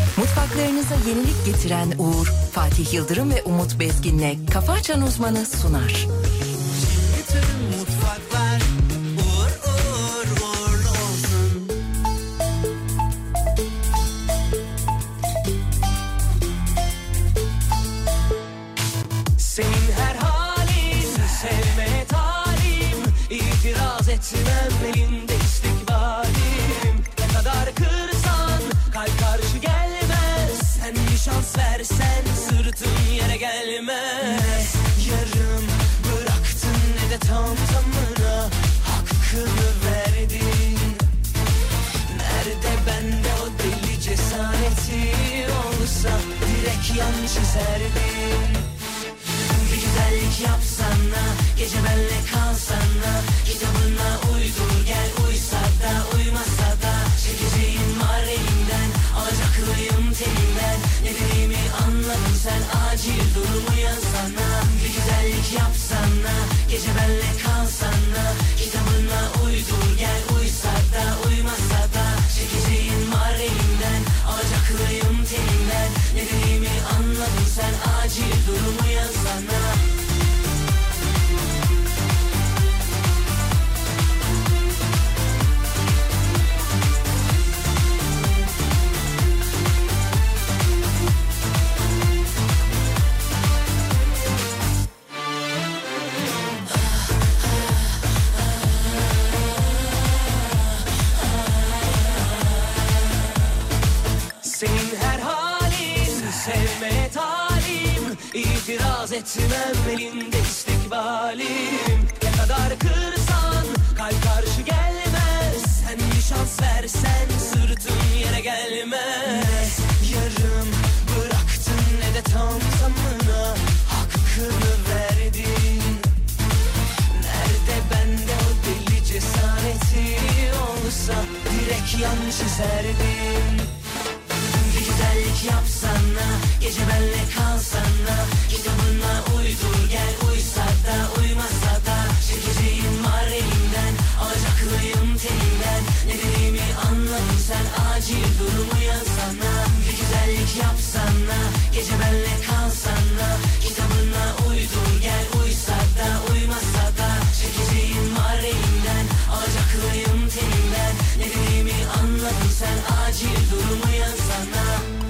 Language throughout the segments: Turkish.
Mutfaklarınıza yenilik getiren Uğur, Fatih Yıldırım ve Umut Bezgin'le Kafa Açan Uzmanı sunar. Bütün mutfaklar uğur uğur uğurlu olsun. Senin her halin sevmeye talim, itiraz etmem elinde istikbalim. Ne kadar kırsan kalp karşı gelmez, sen bir şans versen sırtın yere gelmez. Yarım bıraktın ne de tam tamına hakkını verdin. Nerede bende o deli cesareti olsa direkt yan çizerdin. Bir güzellik yapsana, gece benle kalsana, kitabına uydur gel, uysa da uymasa da çekeceğin var elimden, alacaklıyım telinden. Ne dediğimi anladın sen, acil durum uyansana. Bir güzellik yapsana, gece benle kalsana, kitabına uydur gel, uysa da uymasa da çekeceğin var elimden, alacaklıyım telinden. Ne dediğimi anladın sen, acil durum uyansana. Senin her halin sevmeye talim, itiraz etmem elinde istikbalim. Ne kadar kırsan kalp karşı gelmez, sen bir şans versen sırtın yere gelmez. Yarım bıraktın ne de tam tamına hakkını verdin. Nerede bende o deli cesareti olsa direkt yan çizerdin. Bir güzellik yapsana, gece benle kalsana, kitabına uydur gel, uysa da uymasa da çekeceğin var elimden, alacaklıyım telinden. Ne dediğimi anladın sen, acil durum uyansana. Bir güzellik yapsana, gece benle kalsana, kitabına uydur gel, uysa da uymasa da çekeceğin var elimden, alacaklıyım telinden. Ne dediğimi anladın sen, acil durum uyansana.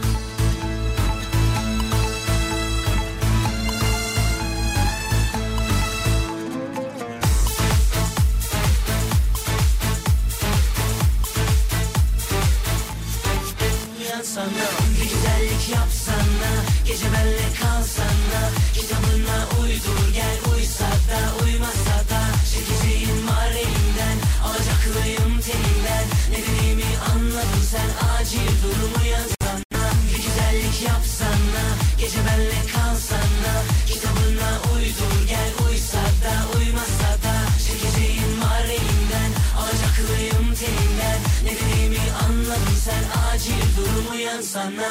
Sana bir güzellik yapsana, gece benle kalsana, kitabına uydur gel, uysa da uymasa da çekeceğin var elimden, alacaklıyım telinden. Ne dediğimi anladın sen, acil durum uyansana. Bir güzellik yapsana, gece benle kalsana, kitabına uydur gel, uysa da uymasa da çekeceğin var elimden, alacaklıyım telinden. Ne dediğimi anladın sen, acil durum uyansana.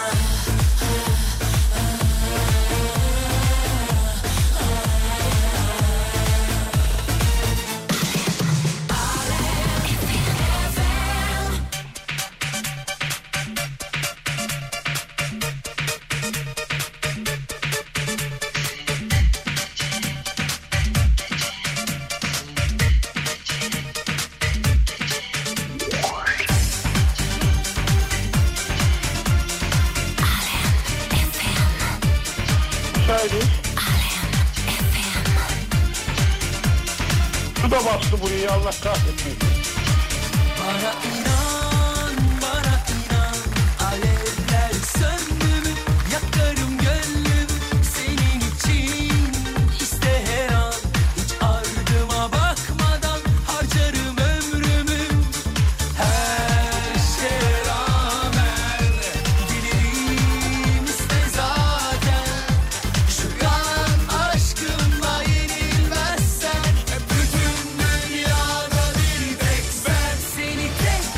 Su da bastı burayı, Allah kahretmesin. Bana inan, bana inan, alevler söndü mü, yakarım gönlümü senin için. İste her an, hiç ardıma bakmadan harcarım ömrümü. Her şeye rağmen dilerim iste zaten. Şu an aşkımla yenilmezsen bütün dünyada bir tek ben. Seni tek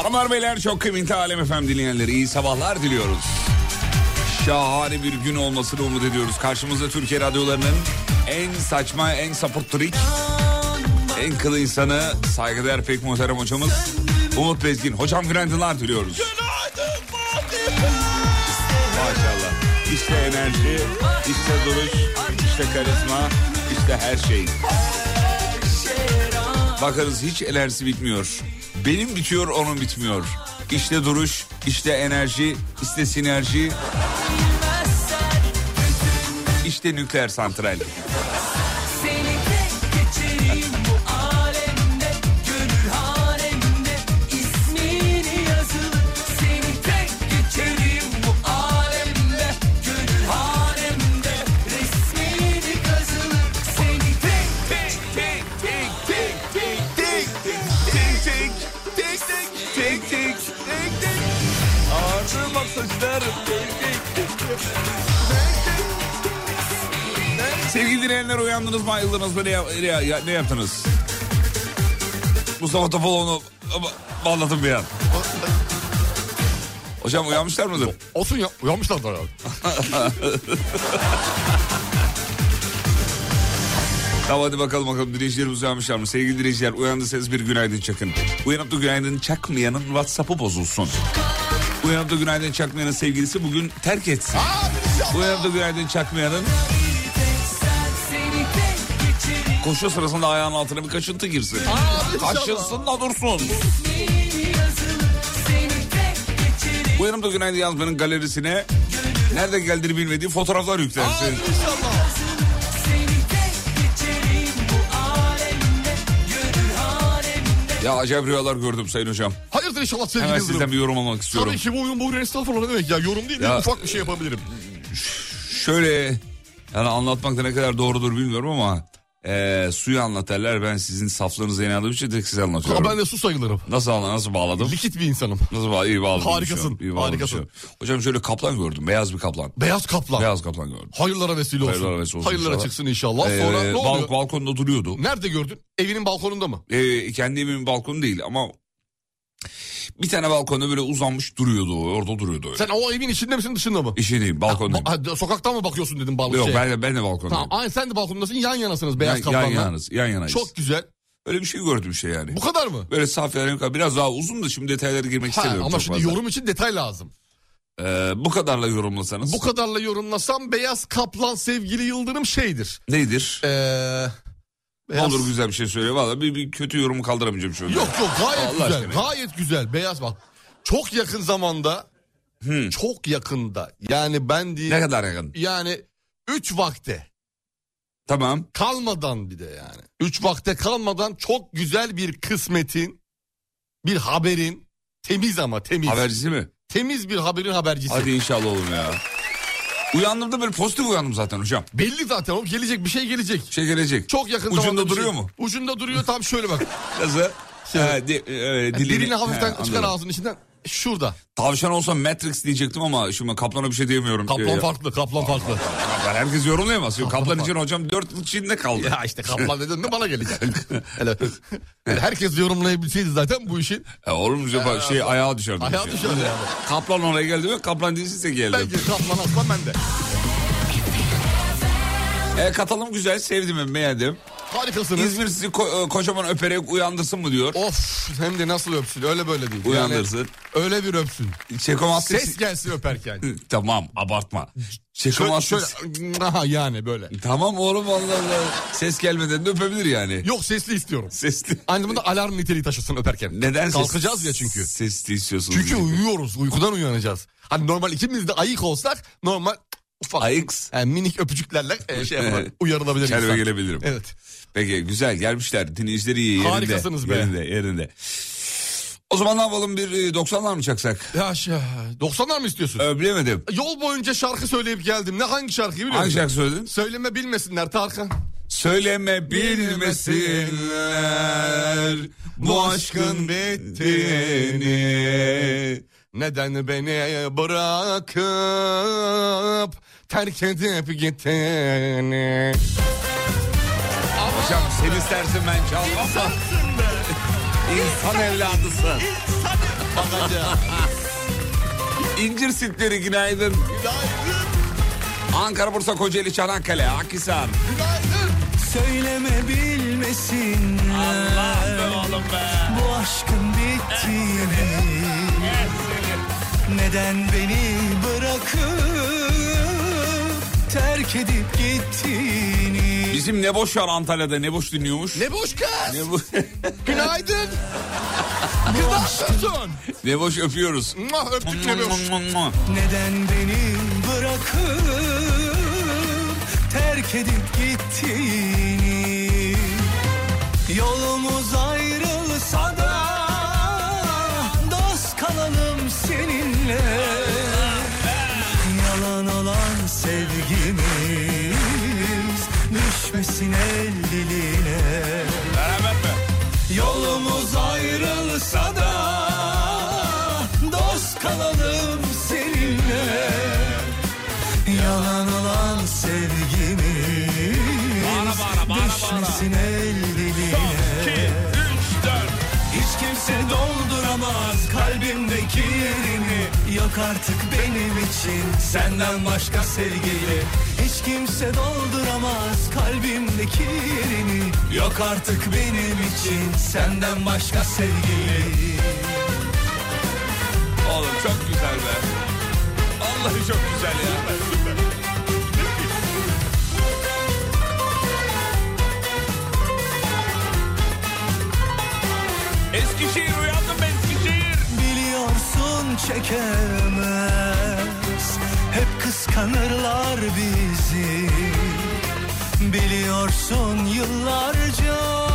Hanımlar beyler, çok kıymetli Alem FM dinleyenleri, iyi sabahlar diliyoruz. Şahane bir gün olmasını umut ediyoruz. Karşımızda Türkiye radyolarının en saçma, en sapıttırik, en kıl insanı, saygıdeğer pek muhterem hocamız Umut Bezgin. Hocam günaydınlar diliyoruz. Günaydın. Maşallah. İşte enerji, işte duruş, işte karizma, işte her şey. Bakınız hiç enerjisi bitmiyor. Benim bitiyor, onun bitmiyor. İşte duruş, işte enerji, işte sinerji, işte nükleer santral. Sevgili dinleyenler, uyandınız mı, ayıldınız mı, ne yaptınız? Mustafa Topaloğlu'nu bağladım bir an. Hocam uyanmışlar mıdır? Olsun ya, uyanmışlar da ya. Tamam hadi bakalım dinleyicilerimiz uyanmışlar mı? Sevgili dinleyiciler, uyandıysanız bir günaydın çakın. Uyanıp da günaydın çakmayanın WhatsApp'ı bozulsun. Uyanıp da günaydın çakmayanın sevgilisi bugün terk etsin. Uyanıp da günaydın çakmayanın koşu sırasında ayağının altına bir kaşıntı girsin. Kaşınsın da dursun. Uyanıp da günaydın yazmanın galerisine nerede geldiğini bilmediği fotoğraflar yüklensin. Ya acayip rüyalar gördüm sayın hocam. Hayırdır inşallah sevgili Hemen Yıldırım. sizden bir yorum almak istiyorum. Tabii ki bu oyun estağfurullah, ne demek ya, yorum değil ya, ufak bir şey yapabilirim. Şöyle yani anlatmak da ne kadar doğrudur bilmiyorum ama suyu anlat derler, ben sizin saflarınıza inandığım için direkt size anlatıyorum. Ben de su sayılırım. Nasıl bağladım? Likit bir insanım. İyi bağladım. Harikasın. Harikasın. Hocam şöyle kaplan gördüm, beyaz bir kaplan. Beyaz kaplan. Beyaz kaplan gördüm. Hayırlara vesile olsun. Hayırlara inşallah. çıksın inşallah. Sonra ne oluyor? Balkonda duruyordu. Nerede gördün? Evinin balkonunda mı? Kendi evimin balkonu değil ama bir tane balkonda böyle uzanmış duruyordu. Orada duruyordu öyle. Sen o evin içinde misin, dışında mı? İçindeyim, balkondayım. Sokaktan mı bakıyorsun dedim Yok ben de balkondayım. Tamam, aynı sen de balkondasın, yan yanasınız beyaz kaplanla. Yan yanayız. Çok güzel. Öyle bir şey gördüm işte yani. Bu kadar mı? Böyle safyalarım biraz daha uzun da şimdi detaylara girmek istemiyorum. Ama çok şimdi fazla. yorum için detay lazım. Bu kadarla yorumlasanız. Bu kadarla yorumlasam beyaz kaplan sevgili Yıldırım şeydir. Nedir? Beyaz... Olur güzel bir şey söyle. Valla bir kötü yorumu kaldıramayacağım şu anda. Yok gayet Allah güzel. aşkına. Gayet güzel. Beyaz bak. Çok yakın zamanda. Çok yakında. Yani ben değil. Ne kadar yakın? Yani 3 vakte. Tamam. Kalmadan bir de yani. 3 vakte kalmadan çok güzel bir kısmetin, bir haberin, temiz ama temiz. Habercisi mi? Temiz bir haberin habercisi. Hadi inşallah oğlum ya. Uyandım da böyle pozitif uyandım zaten hocam. Belli zaten o gelecek, bir şey gelecek. Şey gelecek. Çok yakın Ucunda zamanda duruyor mu? Ucunda duruyor, tam şöyle bak. Nasıl? Dilini hafiften çıkar ağzının içinden. Şurada. Tavşan olsa Matrix diyecektim ama şimdi kaplana bir şey diyemiyorum. Kaplan farklı. Kaplan herkes yorumlayamaz. Kaplan için hocam 4 yıl içinde kaldı. Ya işte kaplan dedin de bana gelecek. Herkes yorumlayabilseydi zaten bu işin. Olur mu? Ayağa düşerdi. Ayağa düşerdi yani. Kaplan oraya geldi mi? Kaplan değilse geldi. Belki kaplan aslan bende. Katalım güzel, sevdim, beğendim. Harikasınız. İzmir sizi kocaman öperek uyandırsın mı diyor. Of, hem de nasıl öpsün, öyle böyle değil. Uyandırsın. Yani öyle bir öpsün. Ses gelsin öperken. Tamam, abartma. Şöyle yani böyle. Tamam oğlum, Allah. Ses gelmeden de öpebilir yani. Yok, sesli istiyorum. Sesli. Aynı zamanda alarm niteliği taşısın öperken. Neden? Kalkacağız ya çünkü. Sesli istiyorsunuz. Çünkü uyuyoruz, uykudan uyanacağız. Hani normal ikimiz de ayık olsak normal ufak. Ayıks. Yani minik öpücüklerle uyarılabilir insan. Kendime gelebilirim. Evet. Peki güzel gelmişler. Dinleyicileri iyi, yerinde. Harikasınız be. Yerinde. O zaman ne yapalım, bir 90'lar mı çaksak? Ya 90'lar mı istiyorsun? Bilemedim. Yol boyunca şarkı söyleyip geldim. Hangi şarkıyı biliyor musun? Hangi şarkı söyledin? Söyleme bilmesinler Tarkan. Söyleme bilmesinler bu aşkın bittiğini. Neden beni bırakıp terk edip gittiğini. Hocam sen istersin ben çalmam. İnsan evladısın. Bakacağım. İncir Sitleri günaydın. Ankara, Bursa, Kocaeli, Çanakkale, Akhisar. Söyleme bilmesinler. Allah be oğlum be. Bu aşkın bittiğini. Neden beni bırakıp terk edip gittiğini. Bizim ne boş var Antalya'da, ne boş dinliyormuş. Ne boş kız. Ne bu? Günaydın. Günaydın. Ne boş öpüyoruz. Öptük ne boş. Neden beni bırakıp terk edip gittiğini. Yolumuz ayrılsa da dost kalalım seninle. Yalan olan sevgimiz düşmesin el diline. Beraber mi? Yolumuz ayrılsa da dost kalalım seninle. Yalan olan sevgimiz düşmesin el diline. 2, 3, 4. Hiç kimse dolduramaz kalbimdeki yerini. Yok artık benim için senden başka sevgili. Hiç kimse dolduramaz kalbimdeki yerini. Yok artık benim için senden başka sevgili. Oğlum çok güzel be. Vallahi çok güzel ya. Eskişehir, uyandım Eskişehir. Biliyorsun çekemez, hep kıskanırlar bizi. Biliyorsun yıllarca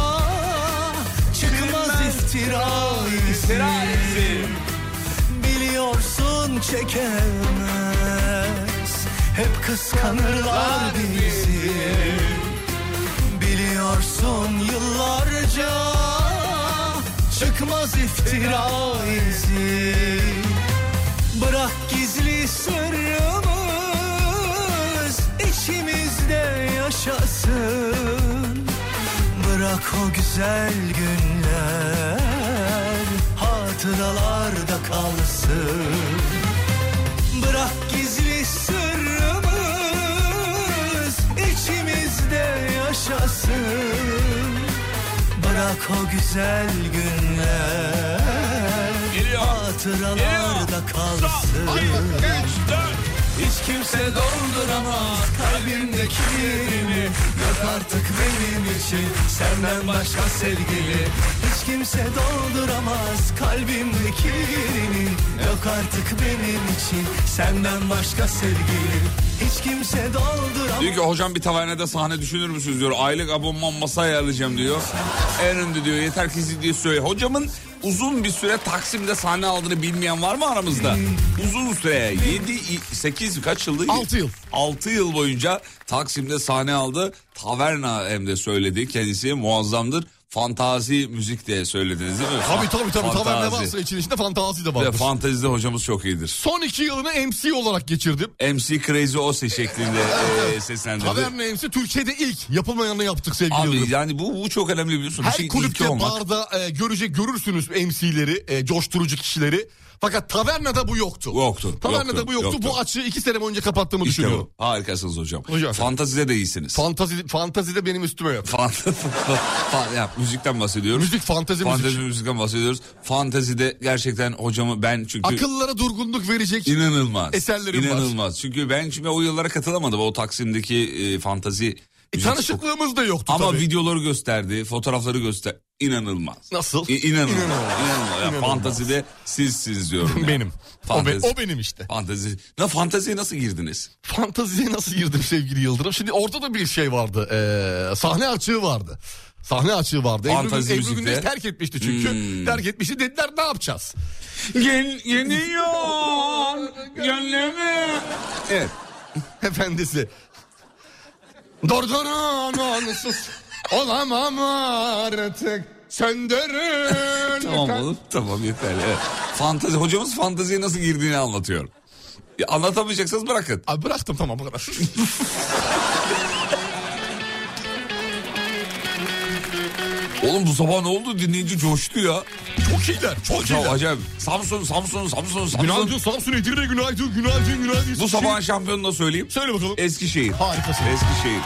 çıkmaz iftira izi. Biliyorsun çekemez, hep kıskanırlar bizi. Biliyorsun yıllarca çıkmaz iftira izi. Bırak gizli sırrımız içimizde yaşasın. Bırak o güzel günler hatıralarda kalsın. Bırak gizli sırrımız içimizde yaşasın. Bırak o güzel günler hatıralarda kalsın. 2, 3, 4. Hiç kimse dolduramaz kalbimdeki yerini. Yok artık benim için senden başka sevgili. Hiç kimse dolduramaz kalbimdeki yerini. Yok artık benim için senden başka sevgili. Hiç kimse dolduramaz. Diyor ki hocam bir tavernede sahne düşünür müsünüz diyor. Aylık abonman masa ayarlayacağım diyor. En önde diyor, yeter ki siz diye söyle. Hocamın uzun bir süre Taksim'de sahne aldığını bilmeyen var mı aramızda? Uzun süre 7-8 kaç yıldı? 6 yıl. 6 yıl boyunca Taksim'de sahne aldı. Taverna hem de söyledi, kendisi muazzamdır. Fantazi müzik de söylediniz değil mi? Tabii. Taverna varsa için içinde fantazi de Ve vardır. fantezide hocamız çok iyidir. Son 2 yılını MC olarak geçirdim. MC Crazy Ose şeklinde seslendirdi. Taverna MC Türkiye'de ilk yapılmayanını yaptık sevgili Abi Yıldırım. yani bu çok önemli biliyorsun. Bir Her şeyin kulüpte, ilki olmak. barda görürsünüz MC'leri, coşturucu kişileri. Fakat Taverna'da bu yoktu. Taverna'da bu yoktu. Bu açığı 2 sene boyunca kapattığımı İşte düşünüyorum. bu. Harikasınız hocam. Hocam. Fantazide de iyisiniz. Fantazide benim üstüme yok. Ya, müzikten bahsediyoruz. Müzik, fantezi müzikten bahsediyoruz. Fantazide gerçekten hocamı ben çünkü... Akıllara durgunluk verecek İnanılmaz. eserlerim var. İnanılmaz. Çünkü ben o yıllara katılamadım. O Taksim'deki fantazi... Tanışıklığımız da yoktu ama tabii. videoları gösterdi, fotoğrafları göster. İnanılmaz. Nasıl? İnanılmaz. Ya, fantazide sizsiniz diyorum. Ya. Benim. Fantezi. O benim işte. Fanteziye nasıl girdiniz? Fanteziye nasıl girdim sevgili Yıldırım? Şimdi ortada bir şey vardı. Sahne açığı vardı. Fantezi Ebru müzikte. Gündeş terk etmişti çünkü. Terk etmişti, dediler ne yapacağız? Yeniyor gönlümü. Evet. Efendisi. Durdurun onsuz olamam artık, söndürün. Tamam oğlum, tamam yeterli. Evet. Hocamız fanteziye nasıl girdiğini anlatıyor. Ya, anlatamayacaksanız bırakın. Abi bıraktım, tamam bu kadar. Oğlum bu sabah ne oldu? Dinleyici coştu ya. Çok iyiler. Çok iyiler. Acayip. Samsun. Günaydın Samsun, Edirne, günaydın. Bu sabahın şampiyonunu da söyleyeyim. Söyle bakalım. Eskişehir. Harikasın. Eskişehir.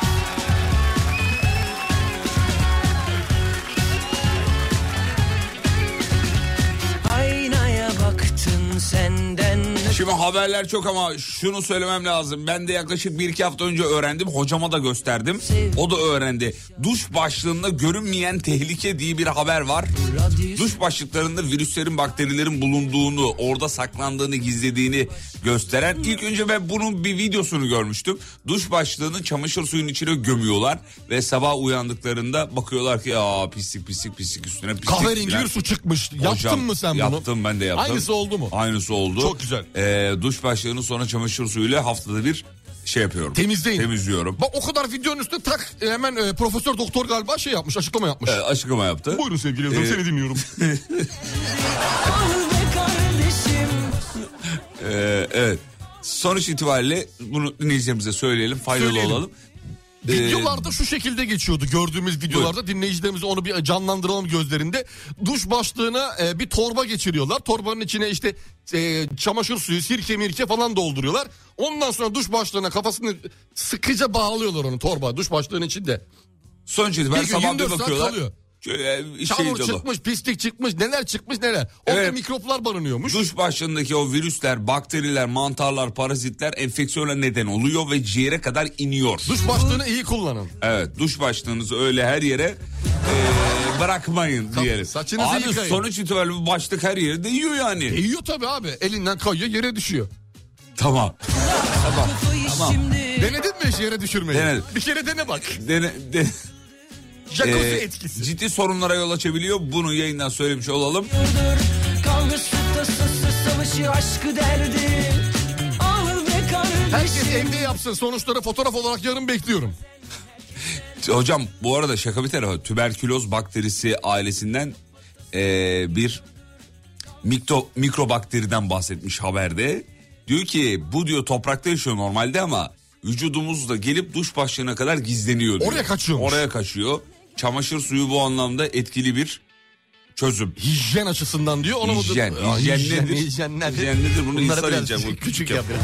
Aynaya baktın senden. Şimdi haberler çok ama şunu söylemem lazım. Ben de yaklaşık 1-2 hafta önce öğrendim. Hocama da gösterdim. O da öğrendi. Duş başlığında görünmeyen tehlike diye bir haber var. Duş başlıklarında virüslerin, bakterilerin bulunduğunu, orada saklandığını, gizlediğini gösteren. İlk önce ben bunun bir videosunu görmüştüm. Duş başlığını çamaşır suyunun içine gömüyorlar ve sabah uyandıklarında bakıyorlar ki pislik üstüne pislik. Kahverengi bir su çıkmış. Yaptın mı sen bunu? Yaptım, ben de yaptım. Aynısı oldu mu? Aynısı oldu. Çok güzel. Duş başlığını sonra çamaşır suyuyla haftada bir şey yapıyorum. Temizliyorum. Bak o kadar videonun üstüne tak hemen profesör doktor galiba şey yapmış, açıklama yapmış. Açıklama yaptı. Buyurun sevgili yazarım, seni dinliyorum. Evet. Sonuç itibariyle bunu dinleyicilerimize söyleyelim, faydalı olalım. Videolarda şu şekilde geçiyordu, gördüğümüz videolarda. Dinleyicilerimize onu bir canlandıralım gözlerinde. Duş başlığına bir torba geçiriyorlar. Torbanın içine işte çamaşır suyu, sirke mirke falan dolduruyorlar. Ondan sonra duş başlığına kafasını sıkıca bağlıyorlar onu, torba duş başlığının içinde. Sonuç itibariyle sabah bir bakıyorlar. Çamur çıkmış, pislik çıkmış, neler çıkmış neler. Orada mikroplar barınıyormuş. Duş başlığındaki o virüsler, bakteriler, mantarlar, parazitler enfeksiyona neden oluyor ve ciğere kadar iniyor. Duş başlığını iyi kullanın. Evet, duş başlığınızı öyle her yere bırakmayın diyelim. Saçınızı abi yıkayın. Sonuç itibariyle bu başlık her yere değiyor yani. Değiyor tabii abi. Elinden kayıyor, yere düşüyor. Tamam. Denedin mi hiç yere düşürmeyi? Denedim. Bir kere dene bak. Jacuzzi etkisi. Ciddi sorunlara yol açabiliyor. Bunu yayından söylemiş olalım. Herkes evde yapsın. Sonuçları fotoğraf olarak yarın bekliyorum. Hocam bu arada şaka bir tarafa, tüberküloz bakterisi ailesinden bir mikrobakteriden bahsetmiş haberde. Diyor ki bu diyor toprakta yaşıyor normalde ama vücudumuzda gelip duş başlığına kadar gizleniyor diyor. Oraya kaçıyormuş. Oraya kaçıyor. Çamaşır suyu bu anlamda etkili bir çözüm. Hijyen açısından diyor. Ona Hijyen nedir? Hijyen nedir? Hijyen nedir? Bunu bunları insan biraz yiyecek. Küçük yapıyor.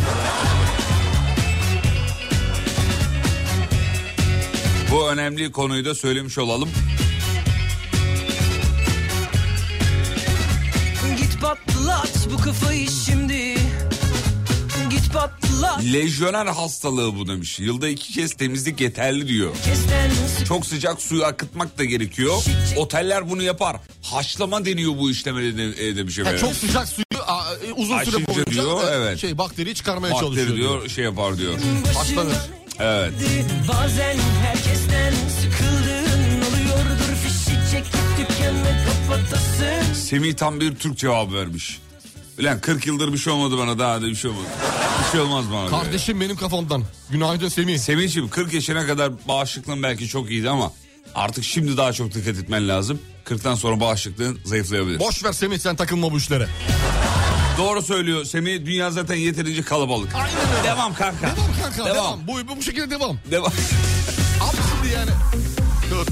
Bu önemli konuyu da söylemiş olalım. Git patlat bu kafayı şimdi. Git patlat. Lejyoner hastalığı bu demiş. Yılda 2 kez temizlik yeterli diyor. Çok sıcak suyu akıtmak da gerekiyor. Oteller bunu yapar. Haşlama deniyor bu işleme demiş efendim. Çok sıcak suyu uzun süre Aşınca boyunca diyor, evet. Bakteriyi çıkarmaya Bakteri çalışıyor diyor, şey yapar diyor. Haşlanır. Evet. Bazen herkesten sıkıldığın oluyordur. Fişi çekip dükkanı kapatasın. Semih tam bir Türk cevabı vermiş. Ulan 40 yıldır bir şey olmadı bana, daha da bir şey olmadı. Bir şey olmaz bana. Kardeşim benim kafamdan. Günaydın Semih. Semih'ciğim 40 yaşına kadar bağışıklığın belki çok iyiydi ama artık şimdi daha çok dikkat etmen lazım. 40'tan sonra bağışıklığın zayıflayabilir. Boş ver Semih, sen takılma bu işlere. Doğru söylüyor Semih, dünya zaten yeterince kalabalık. Aynen öyle. Devam kanka. Devam. Bu şekilde devam. Devam. Abi şimdi yani. Dur.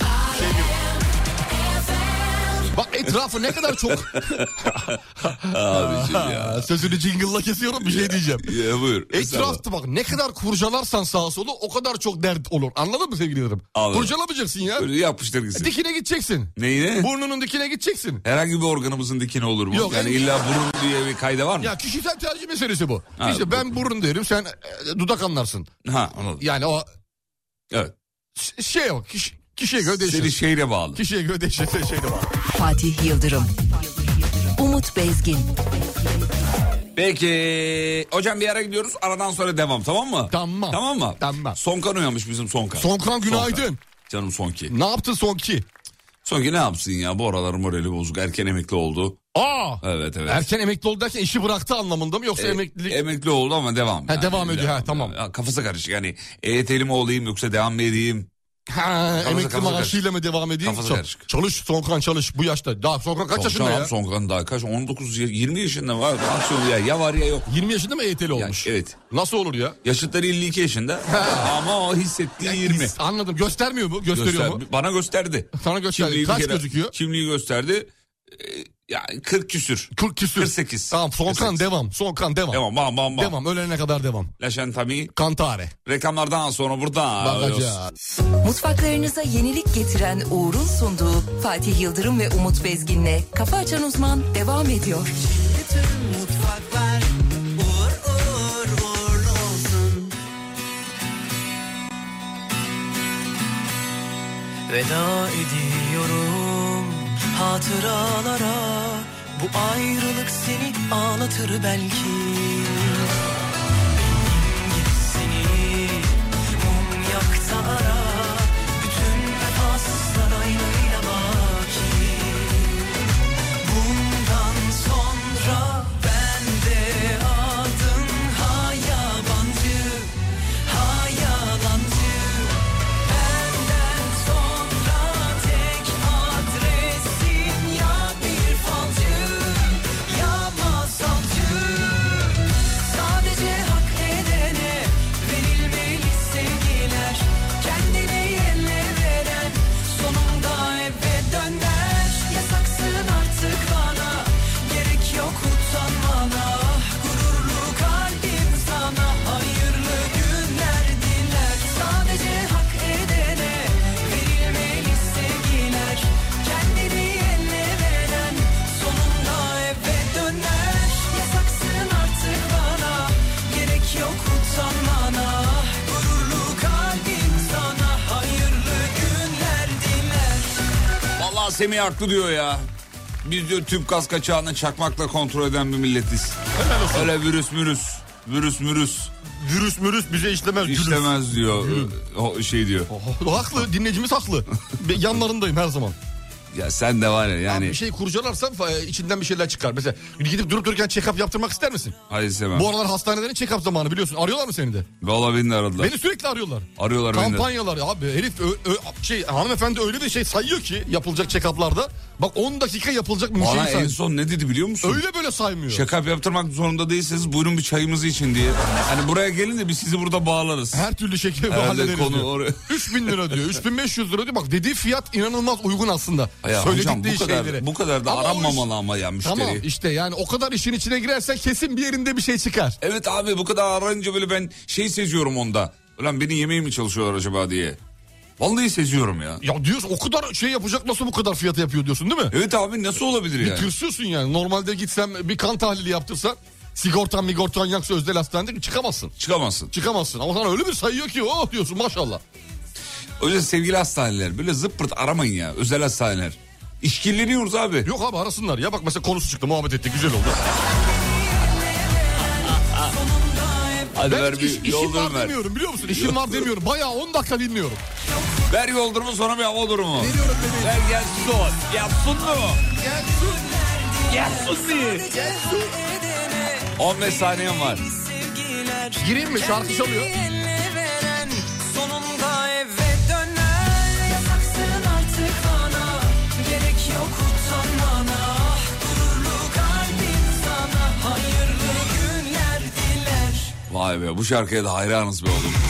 Bak etrafı ne kadar çok. Abiciğim ya. Sözünü jingle'la kesiyorum, bir şey diyeceğim. Ya buyur. Etrafta bak ne kadar kurcalarsan sağa solu o kadar çok dert olur. Anladın mı sevgililerim? Anladım. Kurcalamayacaksın ya. Böyle yapıştır gitsin. Dikine gideceksin. Neyine? Burnunun dikine gideceksin. Herhangi bir organımızın dikine olur mu? Yok, yani illa burun diye bir kayda var mı? Ya kişisel tercih meselesi bu. Ha, işte ben burun derim, sen dudak anlarsın. Ha, anladım. Yani o Evet. şey o kişiye göre değişir. Senin şeyle bağlı. Kişiye göre değişir, şeyde var. Fatih Yıldırım, Umut Bezgin. Peki hocam bir ara gidiyoruz, aradan sonra devam, tamam mı? Tamam. Tamam mı? Tamam. Sonkan uyanmış bizim Sonkan. Sonkan günaydın. Canım Sonki. Ne yaptın Sonki? Sonki ne yapsın ya, bu aralar morali bozuk, erken emekli oldu. Aa! Evet. Erken emekli oldu derken işi bıraktı anlamında mı yoksa emeklilik? Emekli oldu ama devam. Devam ediyor, tamam. Kafası karışık yani, EYT'li mi olayım yoksa devam mı edeyim? Emekli maaşıyla mı devam edeyim? Çalış Sonkan çalış bu yaşta. Daha Sonkan kaç yaşında ya? Sonkan daha kaç? 19-20 yaşında var. Ya var ya yok. 20 yaşında mı EYT'li olmuş? Ya, evet. Nasıl olur ya? Yaşıtları 52 yaşında ama o hissettiği 20. Anladım. Göstermiyor mu? Gösteriyor mu? Bana gösterdi. Sana gösterdi. Kaç gözüküyor? Kimliği gösterdi. Yani 40 küsür. 40 küsür. 48. Tamam Sonkan 48. Devam. Sonkan devam. Devam. Devam. Ölene kadar devam. Laşen tabii. Kantare. Reklamlardan sonra burada. Bakacağız. Mutfaklarınıza yenilik getiren Uğur'un sunduğu Fatih Yıldırım ve Umut Bezgin'le Kafa Açan Uzman devam ediyor. Bütün mutfaklar uğurlu olsun. Veda ediyorum hatıralara. Bu ayrılık seni ağlatır belki. Benim gibi seni mum yakta ara. Bütün vefasızlar aynıyla baki. Bundan sonra ben de adın ha yabancı, ha yalancı. Benden sonra tek adresin ya bir falcı ya masalcı. Sadece hak edene verilmeli sevgiler. Kendini yerine veren sonunda eve döner. Yasaksın artık bana, gerek yok utanmana. Gururlu kalbim sana hayırlı günler diler. Sadece hak edene verilmeli sevgiler. Kendini yerine veren sonunda eve döner. Yasaksın artık bana, gerek yok utanmana. Gururlu kalbim sana hayırlı günler diler. Vallahi Semih haklı diyor ya. Biz diyor tüp gaz kaçağını çakmakla kontrol eden bir milletiz. Öyle virüs Virüs bize işlemez. işlemez diyor. O şey diyor. Haklı, dinleyicimiz haklı. Yanlarındayım her zaman. Ya sen de var ya yani. Abi bir şey kurcalarsan içinden bir şeyler çıkar. Mesela gidip durup dururken check-up yaptırmak ister misin? Hayır istemem. Bu aralar hastanelerin check-up zamanı biliyorsun. Arıyorlar mı seni de? Valla beni de aradılar. Beni sürekli arıyorlar. Arıyorlar beni de. Kampanyalar abi herif hanımefendi öyle bir şey sayıyor ki yapılacak check-up'larda. Bak 10 dakika yapılacak bir şey Bana sayıyor. en son ne dedi biliyor musun? Öyle böyle saymıyor. Check-up yaptırmak zorunda değilseniz buyurun bir çayımızı için diye. Hani buraya gelin de biz sizi burada bağlarız. Her türlü şekilde hallederiz diyor. 3.000 lira diyor. 3.500 lira diyor. Bak dediği fiyat inanılmaz uygun aslında. Ya hocam bu kadar da aranmamalı ama ya müşteri. Tamam işte yani o kadar işin içine girersen kesin bir yerinde bir şey çıkar. Evet abi bu kadar arayınca böyle ben seziyorum onda. Ulan beni yemeye mi çalışıyorlar acaba diye. Vallahi seziyorum ya. Ya diyorsun o kadar şey yapacak nasıl bu kadar fiyatı yapıyor diyorsun değil mi? Evet abi nasıl olabilir yani? Bir tırsıyorsun yani. Normalde gitsem bir kan tahlili yaptırsan sigortan yoksa özel hastanede çıkamazsın. Çıkamazsın ama sana öyle bir sayıyor ki oh diyorsun maşallah. O yüzden sevgili hastaneler böyle zıppırt aramayın ya özel hastaneler. İşkilleniyoruz abi. Yok abi arasınlar ya bak mesela konusu çıktı muhabbet ettik güzel oldu. Hadi ben ver bir işim var ver. demiyorum biliyor musun? İşim var demiyorum. Bayağı 10 dakika dinliyorum. Ver yol durumu sonra bir hava durumu. Veriyorum bebeğim. Ver gelsin. Yapsın mı? Gelsin mi? 15 saniyem var. Gireyim mi? Şarkı çalıyor. Sonunda eve döner. Yasaksın artık bana, gerek yok utanmana. Gururlu kalbim sana hayırlı günler diler. Vay be bu şarkıya da hayranız be oğlum.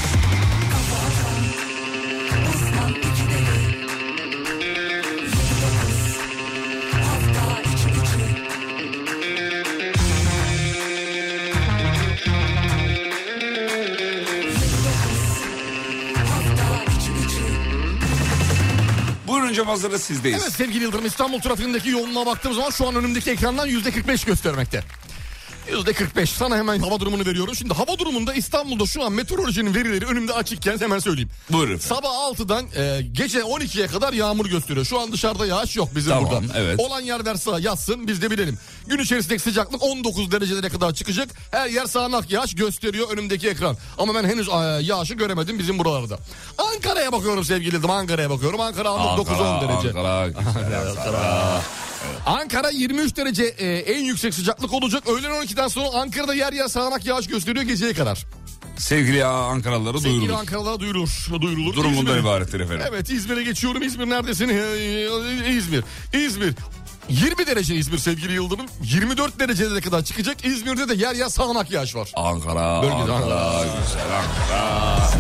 Buyurun hocam hazırda sizdeyiz. Evet sevgili Yıldırım İstanbul trafiğindeki yoğunluğa baktığım zaman şu an önümdeki ekrandan %45 göstermekte. %45 sana hemen hava durumunu veriyorum. Şimdi hava durumunda İstanbul'da şu an meteorolojinin verileri önümde açıkken hemen söyleyeyim. Buyurun. Sabah 6'dan gece 12'ye kadar yağmur gösteriyor. Şu an dışarıda yağış yok bizim tamam, burada. Evet. Olan yer varsa yazsın biz de bilelim. Gün içerisindeki sıcaklık 19 derecelere kadar çıkacak. Her yer sağanak yağış gösteriyor önümdeki ekran. Ama ben henüz yağışı göremedim bizim buralarda. Ankara'ya bakıyorum sevgili Yıldırım. Ankara'ya bakıyorum. Ankara 9-10 derece. Ankara. Ankara 23 derece en yüksek sıcaklık olacak. Öğlen 12'den sonra Ankara'da yer yer sağanak yağış gösteriyor geceye kadar. Sevgili Ankaralılara Sevgili duyurulur. Ankaralılara duyurulur. Durum bundan İzmir'e- ibarettir efendim. Evet, İzmir'e geçiyorum. İzmir neredesin? İzmir. 20 derece İzmir sevgili Yıldırım. 24 dereceye kadar çıkacak. İzmir'de de yer yer sağanak yağış var. Ankara, Bölgede Ankara, güzel Ankara.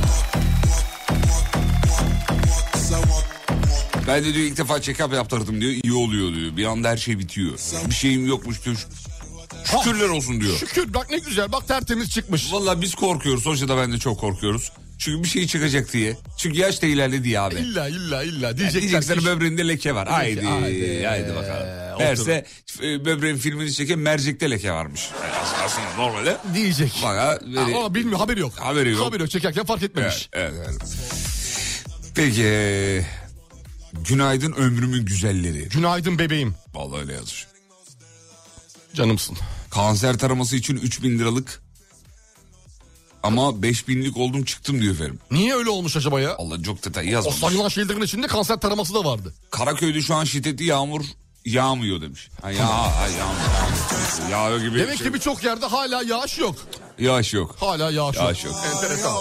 Ben de diyor ilk defa check-up yaptırdım diyor. İyi oluyor diyor. Bir anda her şey bitiyor. Bir şeyim yokmuş diyor. Şükürler olsun diyor. Şükür, bak ne güzel, bak tertemiz çıkmış. Vallahi biz korkuyoruz. Hoca da ben de çok korkuyoruz. Çünkü bir şey çıkacak diye. Çünkü yaş da ilerledi ya abi. İlla. Diyecekler ki- böbreğinde leke var. Haydi bakalım. Meğerse böbreğin filmini çeken mercekte leke varmış. Yani aslında normalde. Diyecek. Bayağı Ama bilmiyor, haberi yok. Haberi yok. Çekerken fark etmemiş. Evet. Peki. Günaydın ömrümün güzelleri. Günaydın bebeğim. Vallahi öyle yazmış. Canımsın. Kanser taraması için 3.000 liralık ama 5.000'lik oldum çıktım diyor efendim. Niye öyle olmuş acaba ya? Allah çok detay O yazmamış. sayılan şeylerin içinde kanser taraması da vardı. Karaköy'de şu an şiddetli yağmur yağmıyor demiş. Yağmıyor. Yağıyor gibi. Demek ki birçok yerde hala yağış yok. Yağış yok. Hala yağış yok. Enteresan.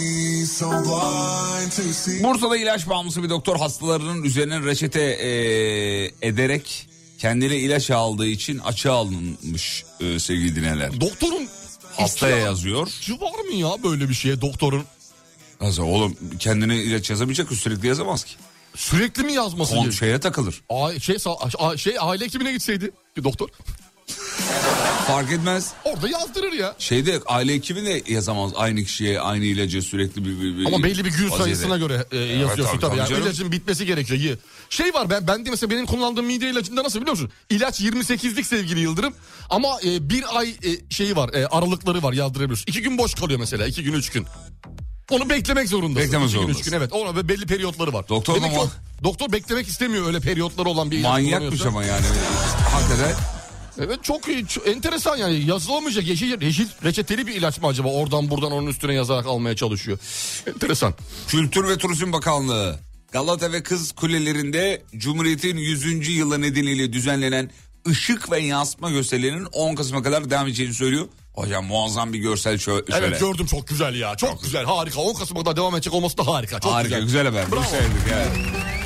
Bursa'da ilaç bağımlısı bir doktor hastalarının üzerine reçete ederek kendine ilaç aldığı için açığa alınmış sevgili dinleyenler. Doktorun Hastaya yazıyor. var mı ya böyle bir şeye doktorun? Nasıl oğlum kendine ilaç yazamayacak ki sürekli yazamaz ki. Sürekli mi yazması gerekiyor? Şeye takılır. Aile hekimine gitseydi bir doktor. Fark etmez. Orada yazdırır ya. Şeyde aile hekimi de yazamaz aynı kişiye aynı ilacı sürekli bir Ama belli bir gün vaziyete. sayısına göre yazıyorsun tabii tabii. Yani canım. ilacın bitmesi gerekiyor. Şey var, ben de mesela benim kullandığım mide ilacında nasıl biliyor musun? İlaç 28'lik sevgili Yıldırım. Ama bir ay şeyi var, aralıkları var, yazdırabiliyorsun. 2 gün boş kalıyor mesela, 2 gün 3 gün. Onu beklemek zorundasın. Beklemek 2 gün 3 zorundasın. gün, evet. Ona belli periyotları var. Doktor Demek ki ama- doktor beklemek istemiyor öyle periyotları olan bir ilaç Manyakmış kullanıyorsa. ama yani. Hakikaten. Evet, çok enteresan yani, yazılamayacak yeşil reçeteli bir ilaç mı acaba, oradan buradan onun üstüne yazarak almaya çalışıyor. Enteresan. Kültür ve Turizm Bakanlığı Galata ve Kız Kulelerinde Cumhuriyet'in 100. yılı nedeniyle düzenlenen ışık ve yansıtma gösterilerinin 10 Kasım'a kadar devam edeceğini söylüyor. Hocam muazzam bir görsel şöyle. Evet, gördüm, çok güzel ya, çok güzel, harika. 10 Kasım'a kadar devam edecek olması da harika. Çok Harika, güzel haber. Bravo. Biz sevdik yani.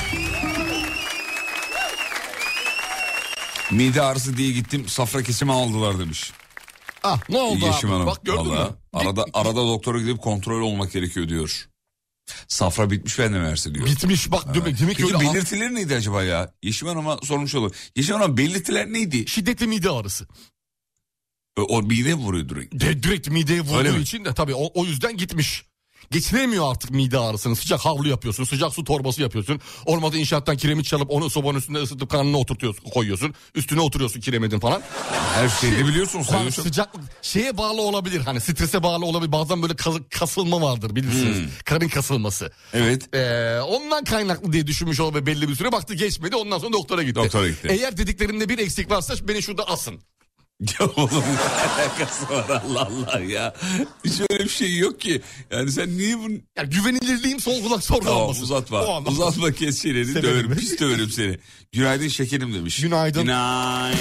Mide ağrısı diye gittim, safra kesimi aldılar demiş. Ne oldu Yeşim abi? Hanım. Bak gördün Vallahi mü? Arada doktora gidip kontrol olmak gerekiyor diyor. Safra bitmiş bende meğerse diyor. Bitmiş bak, demek ki Peki öyle. belirtileri neydi acaba ya? Yeşim Hanım'a sormuş olur. Yeşim Hanım belirtiler neydi? Şiddetli mide ağrısı. O mide vuruyor direkt. Direkt mideye Öyle vurduğu mi? için de tabii o yüzden gitmiş. Geçiremiyor artık mide ağrısını. Sıcak havlu yapıyorsun, sıcak su torbası yapıyorsun. Olmadı inşaattan kiremit çalıp onu sobanın üstünde ısıtıp karnına oturtuyorsun, koyuyorsun. Üstüne oturuyorsun kiremitin falan. Her şeyde biliyorsun Hani sayıyorsun. sıcaklık şeye bağlı olabilir, hani strese bağlı olabilir. Bazen böyle kasılma vardır bilirsiniz. Karın kasılması. Evet. Ondan kaynaklı diye düşünmüş olabilir belli bir süre. Baktı geçmedi, ondan sonra doktora gitti. Doktora gitti. Eğer dediklerimde bir eksik varsa beni şurada asın. Ya oğlum ne alakası var Allah Allah ya. Hiç öyle bir şey yok ki. Yani sen niye bunu... Yani güvenilirliğim Tamam sorgulanmasın. uzatma. O anlamda. Uzatma kes çeneni. Severim. Döverim. Pis döverim seni. Günaydın şekerim demiş. Günaydın. Günaydın.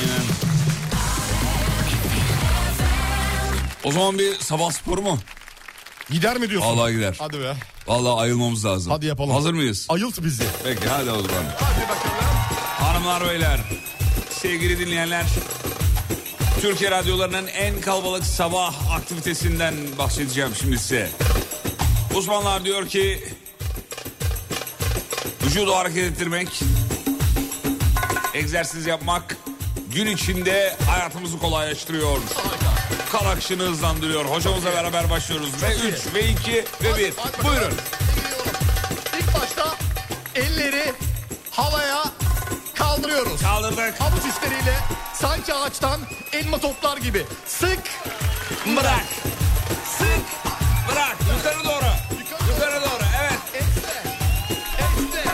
O zaman bir sabah sporu mu? Gider mi diyorsun? Vallahi gider. Hadi be. Vallahi ayılmamız lazım. Hadi yapalım. Hazır mıyız? Ayılt bizi. Peki hadi o zaman. Hadi bakalım. Hanımlar beyler, sevgili dinleyenler, Türkiye radyolarının en kalabalık sabah aktivitesinden bahsedeceğim şimdi size. Uzmanlar diyor ki vücudu hareket ettirmek, egzersiz yapmak gün içinde hayatımızı kolaylaştırıyor. Kan akışını hızlandırıyor. Hocamızla beraber başlıyoruz. Ve 3 ve 2 ve 1. Buyurun. İlk başta elleri havaya kaldırıyoruz. Kaldırdık. Avuç içleriyle sanki ağaçtan elma toplar gibi. Sık, Bırak. Sık. Bırak. Yukarı doğru. Yukarı doğru. Evet. esne, esne.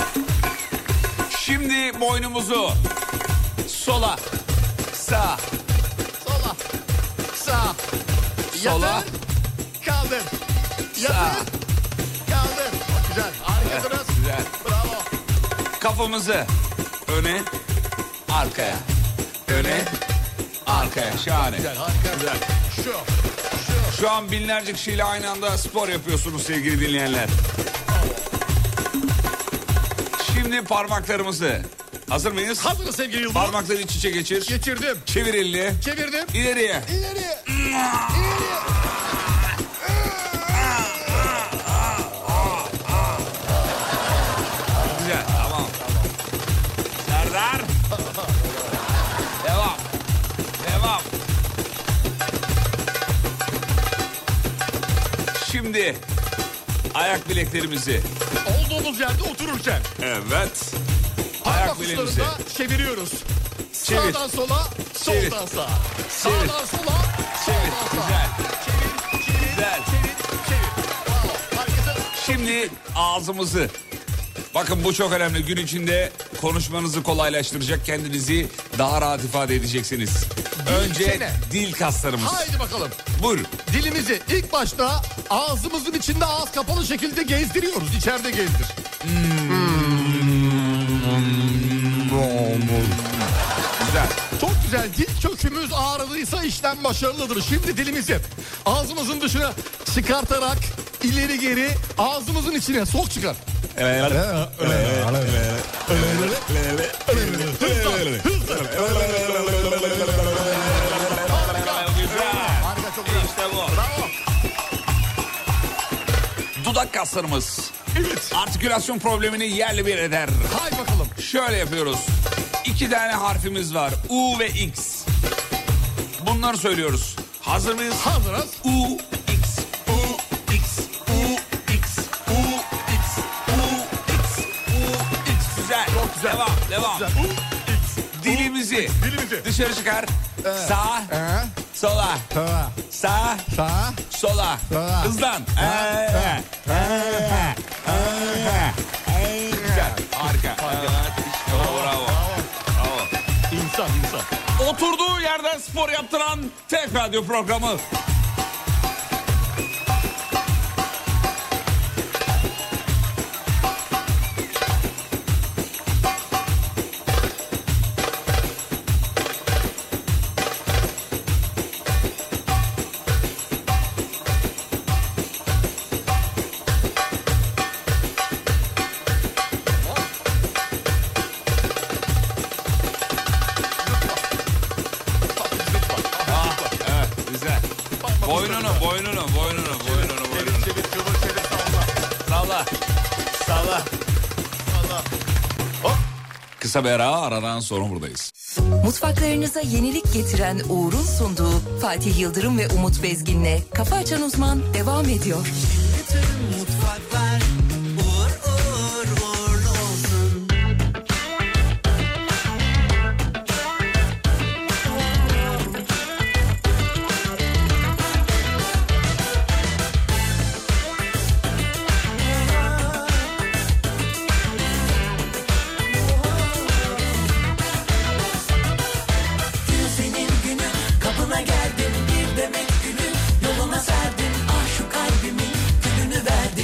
Şimdi boynumuzu sola, sağ, Sola, sağ. Sola. Yatır, kaldır. Sağ. Yatır, kaldır. Güzel, harikasınız. Güzel. Bravo. Kafamızı öne, arkaya, öne, arkaya. şahane. Güzel, harika. Güzel. Şu an binlerce kişiyle aynı anda spor yapıyorsunuz sevgili dinleyenler. Şimdi parmaklarımızı. Hazır mıyız? Hazırız sevgili Yıldırım. Parmakları iç içe geçir. Geçirdim. Çevir elini. Çevirdim. İleriye. İleriye. Güzel, tamam. Serdar. Devam. Şimdi ayak bileklerimizi. Olduğumuz yerde otururken. Evet. Parmak Ayak bileğimizi. uçlarında çeviriyoruz. Çevir. Sağdan sola, Çevir. soldan sağa. Çevir. Sağdan sola, Çevir. soldan sağa. Güzel. Çevir. Güzel. Çevir. Bravo. Harikasın. Şimdi ağzımızı. Bakın bu çok önemli. Gün içinde konuşmanızı kolaylaştıracak, kendinizi daha rahat ifade edeceksiniz. Önce çene. dil kaslarımız. Haydi bakalım. Buyurun. Dilimizi ilk başta ağzımızın içinde ağız kapalı şekilde gezdiriyoruz. İçeride gezdir. Güzel. Çok güzel. Dil kökümüz ağrıdıysa işlem başarılıdır. Şimdi dilimizi ağzımızın dışına çıkartarak ileri geri ağzımızın içine sok çıkar. Harika, çok güzel. İşte bu. Bravo. Dudak kaslarımız. Evet. Artikülasyon problemini yerle bir eder. Haydi bakalım. Şöyle yapıyoruz. 2 tane harfimiz var. U ve X. Bunları söylüyoruz. Hazır mıyız? Hazırız. U, X, U, X, U, X, U, X, U, X, U, X. Güzel. Çok güzel. Devam. Güzel. Dilimizi Dilimizi. dışarı çıkar. Sağ, sola. Sağ, Sağ. sola. Sağ. Hızlan. Güzel. Harika. Evet, işte o, bravo. İnsan. Oturduğu yerden spor yaptıran tek radyo programı. Güzel. Boynunu. Çevir, salla. Salla. Hop. Kısa bir aradan sonra buradayız. Mutfaklarınıza yenilik getiren Uğur'un sunduğu Fatih Yıldırım ve Umut Bezgin'le Kafa Açan Uzman devam ediyor. Bütün mutfaklar uğur uğurlu olsun. Gün senin günün, kapına geldim, bir demek gülün, yoluna serdim, ah şu kalbimin gülünü verdim.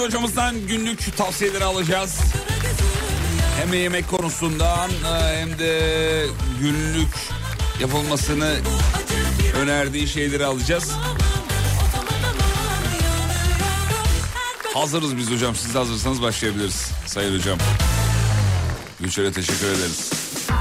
Şimdi hocamızdan günlük tavsiyeleri alacağız. Hem yemek konusundan hem de günlük yapılmasını önerdiği şeyleri alacağız. Hazırız biz hocam. Siz de hazırsanız başlayabiliriz Sayın Hocam. Güçlere teşekkür ederiz.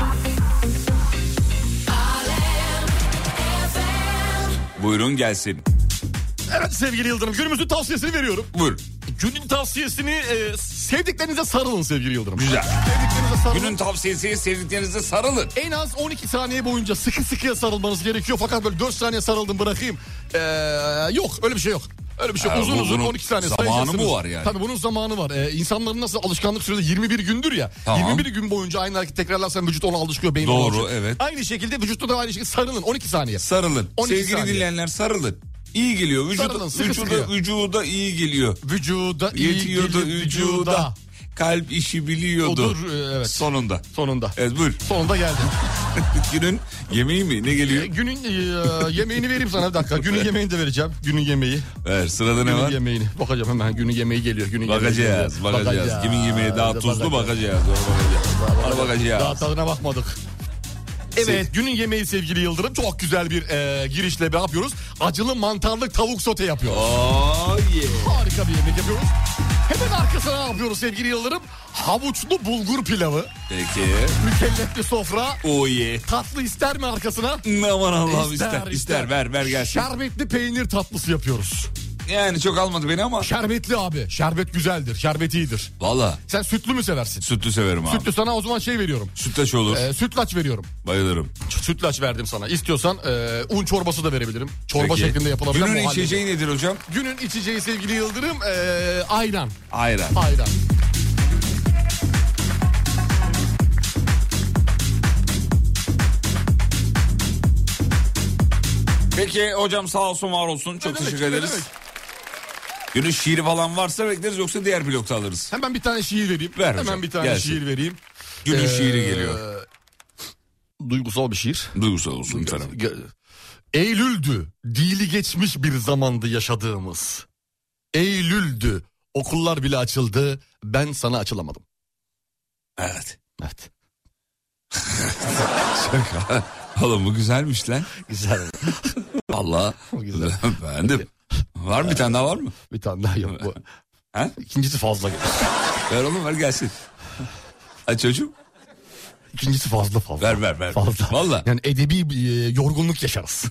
Buyurun gelsin. Evet sevgili Yıldırım, günümüzün tavsiyesini veriyorum. Buyur. Günün tavsiyesini sevdiklerinize sarılın sevgili Yıldırım. Güzel. Sevdiklerinize sarılın. Günün tavsiyesi sevdiklerinize sarılın. En az 12 saniye boyunca sıkı sıkıya sarılmanız gerekiyor. Fakat böyle 4 saniye sarıldım bırakayım. Yok, öyle bir şey yok. Öyle bir şey yok. Uzun 12 saniye sayacaksınız. zamanı mı var yani? Tabii bunun zamanı var. İnsanların nasıl alışkanlık süresi 21 gündür ya. Tamam. 21 gün boyunca aynı hareket tekrarlarsan vücut ona alışıyor. Beyin Doğru, ona alışıyor. evet. Aynı şekilde vücutta da aynı şekilde sarılın 12 saniye. Sarılın. 12 Sevgili saniye. dinleyenler sarılın. İyi geliyor. Sarılın, sıkı sıkıya. Vücuda iyi geliyor. Vücuda iyi Yetiyordu gelir, vücuda. Kalp işi biliyordu. Odur, evet. Sonunda. Sonunda. Evet buyur. Sonunda geldi. Günün yemeği mi? Ne geliyor? Günün yemeğini vereyim sana bir dakika. Günün yemeğini de vereceğim. Günün yemeği. Ver sırada ne Günün var? yemeğini. Bakacağım hemen günün yemeği geliyor. Günün Bakacağız. yemeği geliyor. Kimin yemeği daha tuzlu bakacağız. Ona bakacağız. Daha tadına bakmadık. Evet günün yemeği sevgili Yıldırım. Çok güzel bir girişle ne yapıyoruz? Acılı mantarlı tavuk sote yapıyoruz. Oh yeah. Harika bir yemek yapıyoruz. Hemen arkasına ne yapıyoruz sevgili Yıldırım? Havuçlu bulgur pilavı. Peki. Mükellefli sofra. Oh yeah. Tatlı ister mi arkasına? Aman Allah'ım ister. Ver gelsin. Şerbetli peynir tatlısı yapıyoruz. Yani çok almadı beni ama. Şerbetli abi. Şerbet güzeldir. Şerbet iyidir. Valla. Sen sütlü mü seversin? Sütlü severim abi. Sütlü sana o zaman şey veriyorum. Sütlaç olur. Sütlaç veriyorum. Bayılırım. Sütlaç verdim sana. İstiyorsan un çorbası da verebilirim. Çorba Peki. şeklinde yapılabilir. Günün içeceği nedir hocam? Günün içeceği sevgili Yıldırım ayran. Ayran. Ayran. Peki hocam sağ olsun var olsun. Çok teşekkür ederiz. Günün şiiri falan varsa bekleriz yoksa diğer blokta alırız. Hemen bir tane şiir vereyim. Ver Hemen hocam, bir tane gelsin. şiir vereyim. Günün şiiri geliyor. Duygusal bir şiir. Duygusal olsun efendim. Eylül'dü, dili geçmiş bir zamandı yaşadığımız. Eylül'dü, okullar bile açıldı, ben sana açılamadım. Evet. Evet. Oğlum bu güzelmiş lan. Güzel. Vallahi Güzel. beğendim. Var mı bir tane daha var mı? Bir tane daha yok bu. Ha? İkincisi fazla. Ver oğlum ver gelsin. Ha çocuğum. İkincisi fazla. Ver. Fazla. Vallahi. Yani edebi yorgunluk yaşarız.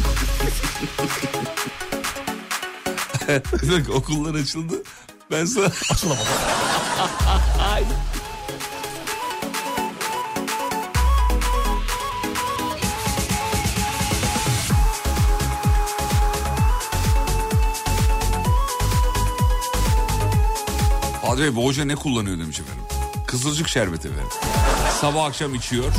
Bak okullar açıldı. Ben sana... Açılamadım. Hadi Bey bu hoca ne kullanıyor demiş efendim. Kızılcık şerbeti efendim. Sabah akşam içiyor.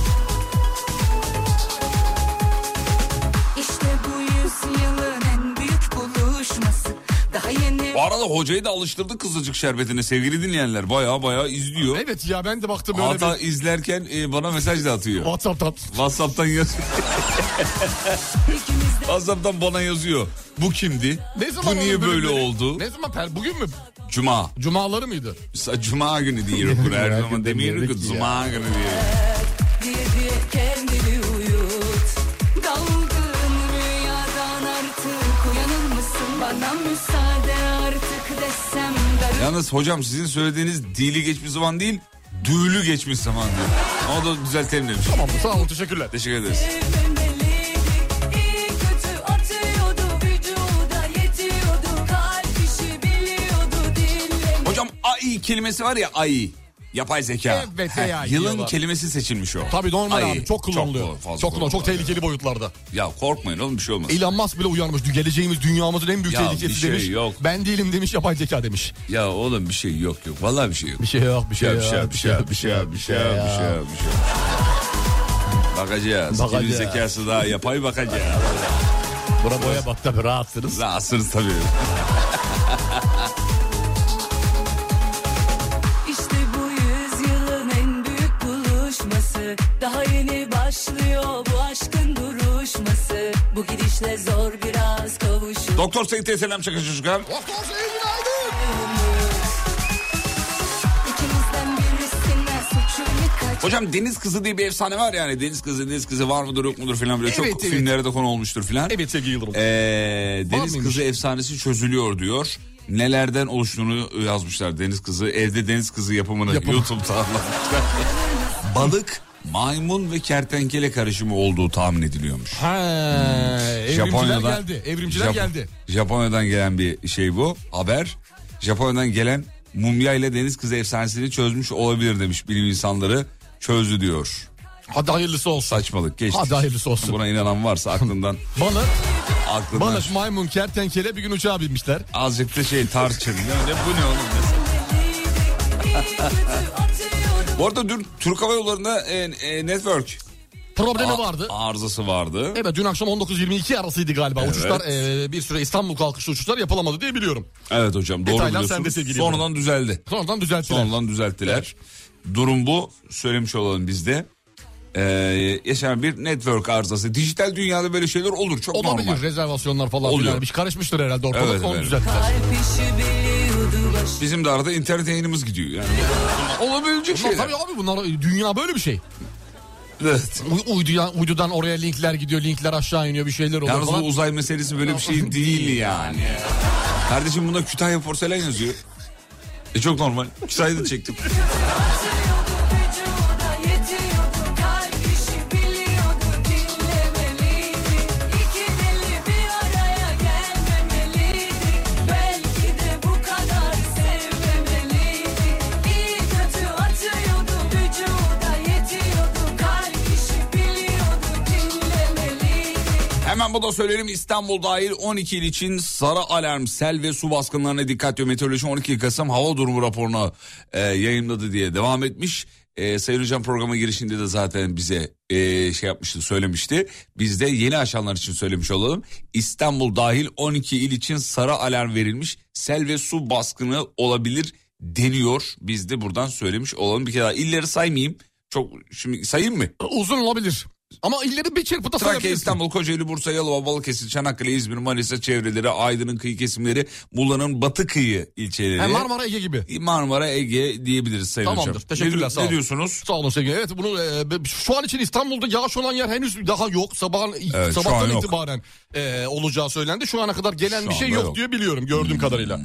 İşte bu yüzyılın en büyük buluşması. Daha yeni. Bu arada hocayı da alıştırdı kızılcık şerbetine sevgili dinleyenler. Baya izliyor. Evet ya ben de baktım öyle Hatta izlerken bana mesaj da atıyor. WhatsApp'tan yazıyor. WhatsApp'tan bana yazıyor. Bu kimdi? Ne zaman bu niye oldu böyle bölümleri? oldu? Ne zaman? Bugün mü? Cuma. Cumaları mıydı? Cuma günü diyorum. Her zaman demiyorum ki Cuma günü diyorum. Diye kendini uyut. Dalgın rüyadan artık uyanır mısın? Bana müsaade artık desem. Yalnız hocam sizin söylediğiniz dili geçmiş zaman değil, düğülü geçmiş zaman diyor. Ama da düzeltelim demiş. Tamam sağ olun teşekkürler. Teşekkür ederiz. Hocam AI kelimesi var ya AI. Yapay zeka. Evet, AI yılın diyorlar. kelimesi seçilmiş o. Tabii normal AI. abi çok kullanılıyor. Çok kullanılıyor. Çok tehlikeli boyutlarda. Ya korkmayın oğlum bir şey olmaz. Elon Musk bile uyarmış. Geleceğimiz dünyamızın en büyük Ya, bir tehlikesi şey demiş. yok. Ben değilim demiş yapay zeka demiş. Ya oğlum bir şey yok. Vallahi bir şey yok. Bir şey yok. Bakacağız. Bakacağız. Kimin zekası daha yapay bakacağız. Buna boya bak tabii rahatsınız. Rahatsınız tabii. İşte bu yüzyılın en büyük buluşması. Daha yeni başlıyor bu aşkın duruşması. Bu gidişle zor biraz kavuşur. Doktor Seyit'e selam çakın çocuklar. Doktor Seyit günaydın. Hocam Deniz Kızı diye bir efsane var yani. Deniz Kızı var mıdır yok mudur falan böyle çok filmlere de konu olmuştur falan. Evet sevgili Yıldırım. Deniz Kızı efsanesi çözülüyor diyor. Nelerden oluştuğunu yazmışlar Deniz Kızı. Evde Deniz Kızı yapımını YouTube'da anlatmışlar. Balık, maymun ve kertenkele karışımı olduğu tahmin ediliyormuş. Evrimciler geldi. Japonya'dan gelen bir şey bu haber. Japonya'dan gelen mumya ile Deniz Kızı efsanesini çözmüş olabilir demiş bilim insanları. Çözdü diyor. Hadi hayırlısı olsun. Saçmalık geçti. Hadi hayırlısı olsun. Buna inanan varsa aklından. Balık, maymun, kertenkele bir gün uçağa binmişler. Azıcık da tarçın. Bu ne oğlum? Bu arada dün Türk Hava Yolları'nda network problemi vardı. Arızası vardı. Evet dün akşam 19.22 arasıydı galiba. Evet. Uçuşlar bir süre İstanbul kalkışlı uçuşlar yapılamadı diye biliyorum. Evet hocam doğru Detaylar biliyorsunuz. Sonradan düzeldi. Sonradan düzelttiler. Evet. Durum bu. Söylemiş olalım biz de. Yaşanan bir network arızası. Dijital dünyada böyle şeyler olur. Çok olabilir, normal. Rezervasyonlar falan filan. Bir karışmıştır herhalde ortalık. Evet, onu düzelttiler. Bizim de arada internet yayınımız gidiyor. Yani. Olabilecek şeyler. Tabii abi bunlar dünya böyle bir şey. Evet. Uydudan oraya linkler gidiyor, linkler aşağı iniyor, bir şeyler oluyor. Yalnız falan. bu uzay meselesi böyle bir şey değil yani. Kardeşim bunda Kütahya porselen yazıyor. Çok normal. Kütahya'da çektim. Hemen bu da söyleyelim, İstanbul dahil 12 il için sarı alarm, sel ve su baskınlarına dikkat diyor. Meteoroloji 12 Kasım hava durumu raporunu yayınladı diye devam etmiş. Sayın Hocam programa girişinde de zaten bize söylemişti. Biz de yeni açanlar için söylemiş olalım. İstanbul dahil 12 il için sarı alarm verilmiş. Sel ve su baskını olabilir deniyor. Biz de buradan söylemiş olalım. Bir kere daha illeri saymayayım. Şimdi sayayım mı? Uzun olabilir. Ama illeri bir çırpıda sayabilirsin. Trakya, İstanbul, Kocaeli, Bursa, Yalova, Balıkesir, Çanakkale, İzmir, Manisa çevreleri, Aydın'ın kıyı kesimleri, Muğla'nın batı kıyı ilçeleri. Marmara, Ege gibi. Marmara, Ege diyebiliriz Sayın Hocam. Tamamdır. Teşekkürler. Sağ olun. Ne diyorsunuz? Sağ olun sevgili. Evet bunu şu an için İstanbul'da yağış olan yer henüz daha yok. Sabahtan itibaren olacağı söylendi. Şu ana kadar gelen bir şey yok diye biliyorum gördüğüm kadarıyla.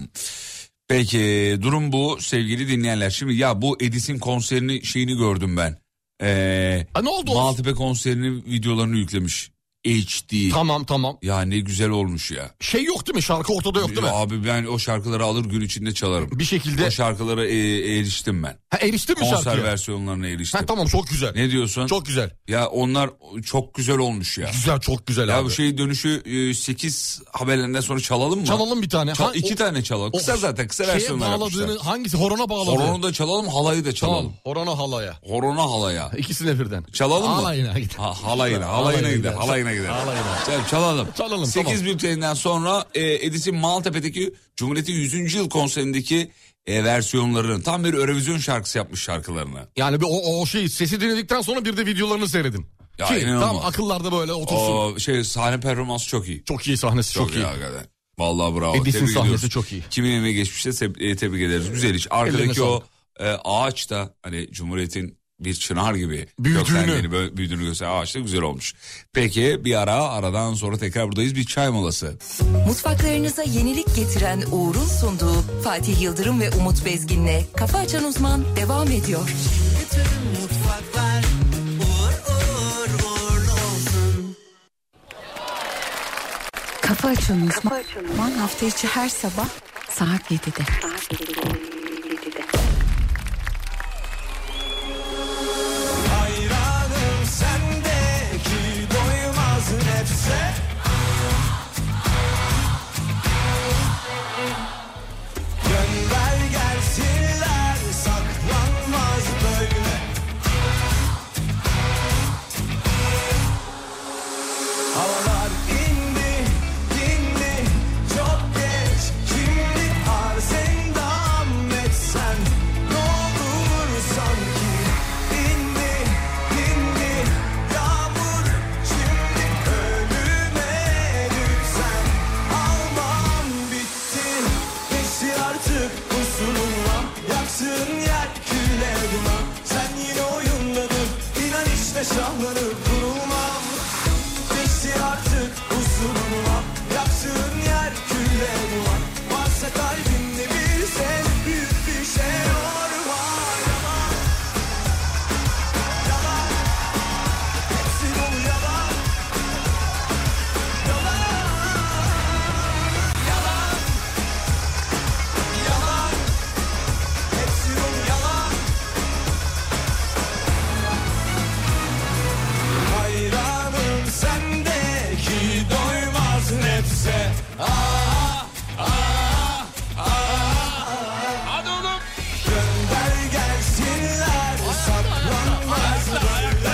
Peki durum bu sevgili dinleyenler. Şimdi ya bu Edis'in konserini gördüm ben. Ne oldu? Maltepe konserinin videolarını yüklemiş. HD. Tamam. Ya ne güzel olmuş ya. Yok değil mi? Şarkı ortada yok değil mi? Abi ben o şarkıları alır gün içinde çalarım. Bir şekilde. O şarkılara eriştim ben. Eriştin mi şarkıya? Konser versiyonlarına eriştim. Tamam çok güzel. Ne diyorsun? Çok güzel. Ya onlar çok güzel olmuş ya. Güzel, çok güzel ya abi. Bu dönüşü 8 haberlerinden sonra çalalım mı? Çalalım bir tane. 2 tane çalalım. Kısa zaten kısa versiyonlar yapmışlar. Hangisi? Horona bağladı. Horonu da çalalım, halayı da çalalım. Tamam. Horona halaya. İkisine birden. Çalalım mı? Halayına gider. Halayına gider. Çalalım. 8 bülteninden sonra Edis'in Maltepe'deki Cumhuriyet'in 100. yıl konserindeki versiyonlarının tam bir Eurovision şarkısı yapmış şarkılarını. Yani o sesi dinledikten sonra bir de videolarını seyredin. Tam akıllarda böyle otursun. Sahne performansı çok iyi. Çok iyi sahnesi çok iyi. Hakikaten. Vallahi bravo. Edis'in sahnesi çok iyi. Kimin emeği geçmişse tebrik ederiz. Güzel iş. Arkadaki o ağaç da hani Cumhuriyet'in bir çınar gibi büyüdüğünü gösteren ağaç da güzel olmuş. Peki bir aradan sonra tekrar buradayız, bir çay molası. Mutfaklarınıza yenilik getiren Uğur'un sunduğu Fatih Yıldırım ve Umut Bezgin'le Kafa Açan Uzman devam ediyor. Bütün mutfaklar uğurlu olsun. Kafa Açan Uzman hafta içi her sabah saat 7'de. Nefse gönder gelsinler, saklanmaz böyle. Havalar indi çok geç, şimdi arz endam sallanıp durulmam. Geçti artık huzurumu, yaktığın yer külle duman. Varsa kalbimde bir ses, büyük bir şey yorma. Yalan, yalan, hepsi dolu yalan. Yalan, yalan, yalan, hepsi dolu yalan. Hayranım sendeki doymaz nefse. Hadi oğlum. Gönder gelsinler, saklanmaz böyle.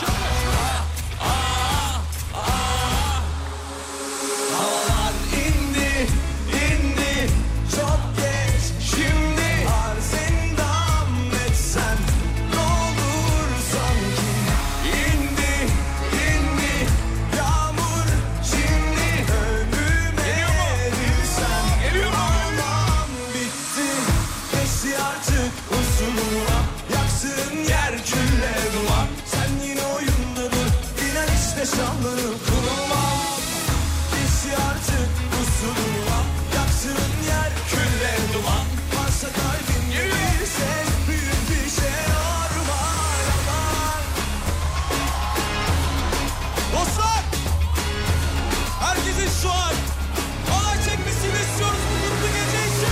Havalar indi, indi, çok geç şimdi. Arz endam etsem ne olur sanki. İndi, indi, yağmur şimdi. Önüme erilsem aman bitti. Geçti artık usuluna, yaksın yer külle duman. Sen yine oyunda dur, final işte şanlanıp kurulmam. Geçti artık usuluna, yaksın yer külle duman. Varsa kalbimde bir ses, büyük bir şey yorma. Yalan. Dostlar, herkesin şu an halay çekmesini istiyoruz bu mutlu gece için.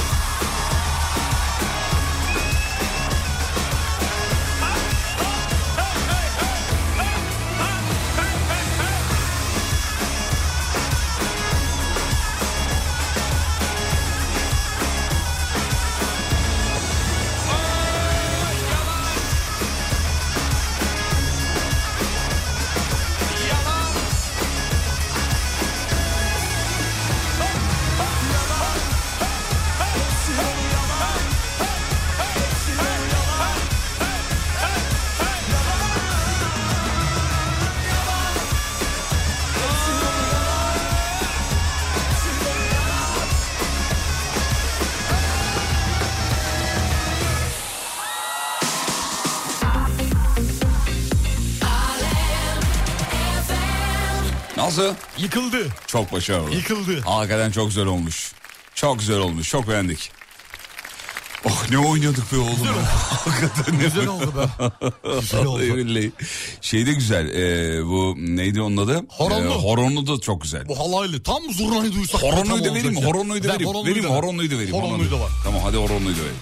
Nasıl? Yıkıldı. Çok başarılı. Yıkıldı. Hakikaten çok güzel olmuş. Çok güzel olmuş. Çok beğendik. Oh ne oynadık be oğlum. Hakikaten ne Güzel oldu be. Güzel oldu. Billahi. Şey de güzel. Bu neydi onun adı? Horonlu. Horonlu da çok güzel. Bu halaylı tam zurnayı duysak. Horonluyu da vereyim mi? Horonluyu da vereyim. Vereyim mi? Horonluyu da vereyim. Horonluyu da var. Tamam hadi horonluyu da vereyim.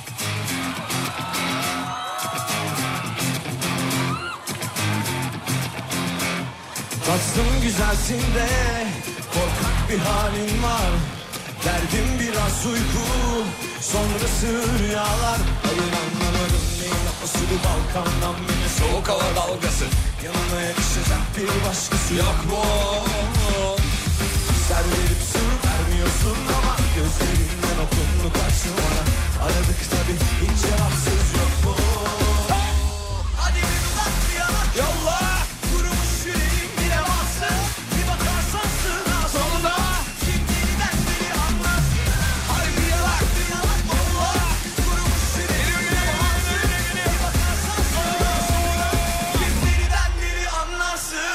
Tatlım güzelsin de korkak bir halin var. Derdim biraz uyku, sonrası rüyalar. Hayır anlamadım neyin apası bu Balkan'dan beni soğuk hava dalgası. Yanına yakışacak bir başkası yok mu? Ser verip sır vermiyorsun ama gözlerinden okundu karşıma. Aradık tabi hiç cevapsız yok mu? Hadi bir dudak bir yanak yolla. Kurumuş yüreğim bile bassın. Bir bakarsan sığına soluna. Kim yeniden beni anlar. Hadi bir yanak yolla. Kurumuş yüreğim bile bassın. Bir bakarsan sığına soluna. Kim yeniden beni anlarsın.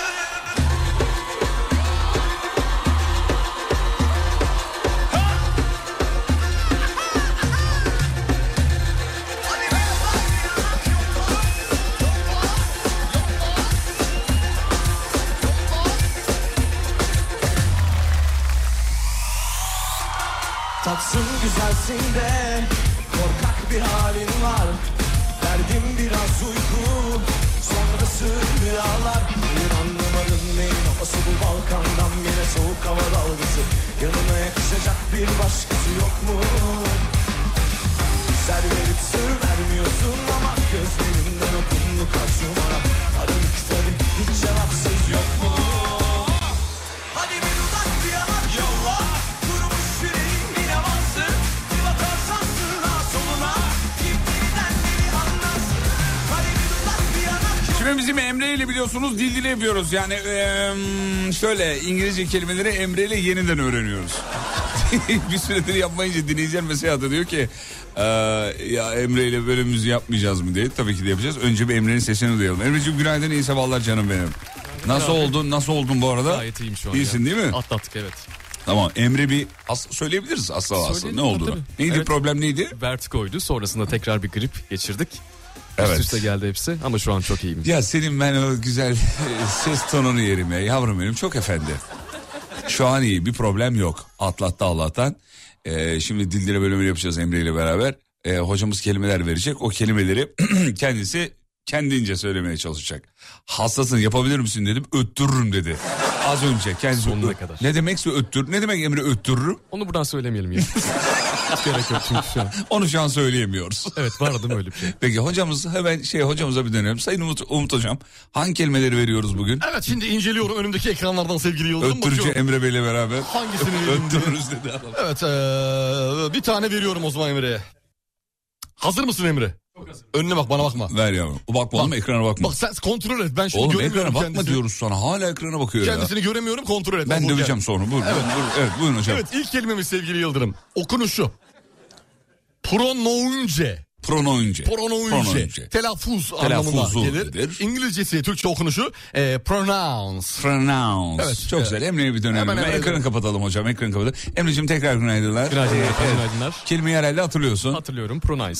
Tatsın güzelsin de korkak bir halin var. Derdim biraz uyku, sonrası rüyalar. Bir anlamadım neyin havası bu Balkan'dan gene soğuk hava dalgası. Yanına yakışacak bir başkası yok mu? Ser verip sır vermiyorsun ama gözlerinden okundu karşıma. Aradık tabi hiç cevapsız yok mu? Hadi bir dudak bir yanak yolla. Kurumuş yüreğim yine bassın. Bir bakarsan sığına soluna. Kim yeniden beni anlarsın. Hadi bir dudak bir yanak yolla. Şimdi bizim Emre ile biliyorsunuz dil dile yapıyoruz. Yani şöyle İngilizce kelimeleri Emre ile yeniden öğreniyoruz. bir süredir yapmayınca dinleyiciler mesaj atıyor, diyor ki ya Emre ile bölümümüzü yapmayacağız mı diye. Tabii ki de yapacağız. Önce bir Emre'nin sesini duyalım. Emre'ciğim günaydın, iyi sabahlar canım benim. Nasıl oldun? Nasıl oldun bu arada? Gayet iyiyim şu an. İyisin değil mi? Atlattık evet. Tamam, Emre bir söyleyebiliriz aslında ne olduğunu. Tabii. Neydi, Evet. Problem neydi? Vertigo'ydu. Sonrasında tekrar bir grip geçirdik. Evet. Üst üste geldi hepsi ama şu an çok iyiyim. Ya senin ben o güzel ses tonunu yerim ya yavrum benim, çok efendi. Şu an iyi, bir problem yok. Atlattı Allah'tan. Şimdi dildire bölümünü yapacağız Emre ile beraber. Hocamız kelimeler verecek. O kelimeleri kendisi kendince söylemeye çalışacak. Hastasın, yapabilir misin dedim. Öttürürüm dedi. Az önce kendisi. Sonuna kadar. Ne demekse öttür. Ne demek Emre öttürürüm? Onu buradan söylemeyelim ya. Hiç gerek yok çünkü şu an. Onu şu an söyleyemiyoruz. Evet, var değil mi öyle bir şey? Peki hocamız, hemen hocamıza bir dönelim. Sayın Umut hocam, hangi kelimeleri veriyoruz bugün? Evet, şimdi inceliyorum önümdeki ekranlardan sevgili Yıldırım. Öttürücü Bakıyorum. Emre Bey'le beraber. Hangisini vereyim? Öttürürüz dedi adam. Evet, bir tane veriyorum o zaman Emre'ye. Hazır mısın Emre? Çok hazır. Önüne bak, bana bakma. Ver yavrum. Bakma oğlum, ekrana bakma. Bak sen kontrol et. Ben şimdi Oğlum göremiyorum ekrana bakma kendisini. diyoruz sana. Hala ekrana bakıyor Kendisini göremiyorum, kontrol et. Ben Hamburger. döveceğim sonra. Buyurun. Evet, buyurun hocam. Evet, ilk kelimemiz sevgili Yıldırım. Okunuşu. Pronounce. Pronounce. Telaffuz anlamına gelir. Nedir? İngilizcesi, Türkçe okunuşu pronounce. Evet, çok güzel. Emre'ye bir dönelim. Hemen Ekranı kapatalım hocam. Ekranı kapatalım. Emre'ciğim tekrar günaydınlar. Günaydınlar. Kelimeyi herhalde hatırlıyorsun. Hatırlıyorum. Pronice.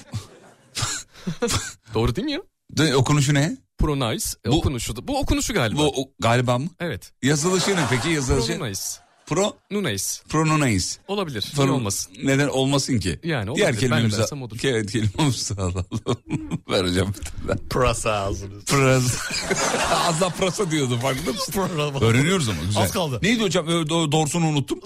Doğru değil mi ya? Okunuşu ne? Pronice. Bu- Okunuşu. Bu okunuşu galiba. Galiba mı? Evet. Yazılışı ne peki? Yazılışı? Pronice. Pronounce. Nice. Olabilir. Niye olmasın? Neden olmasın ki? Yani olabilir. Diğer Ben de kelimemizi dersem odur. kelimemizi alalım. Ver hocam bir tane. Pırasa ağzınız. Pırasa. Az daha pırasa diyordu, farkında mısın? Öğreniyoruz ama güzel. Az kaldı. Neydi hocam? Doğrusunu unuttum.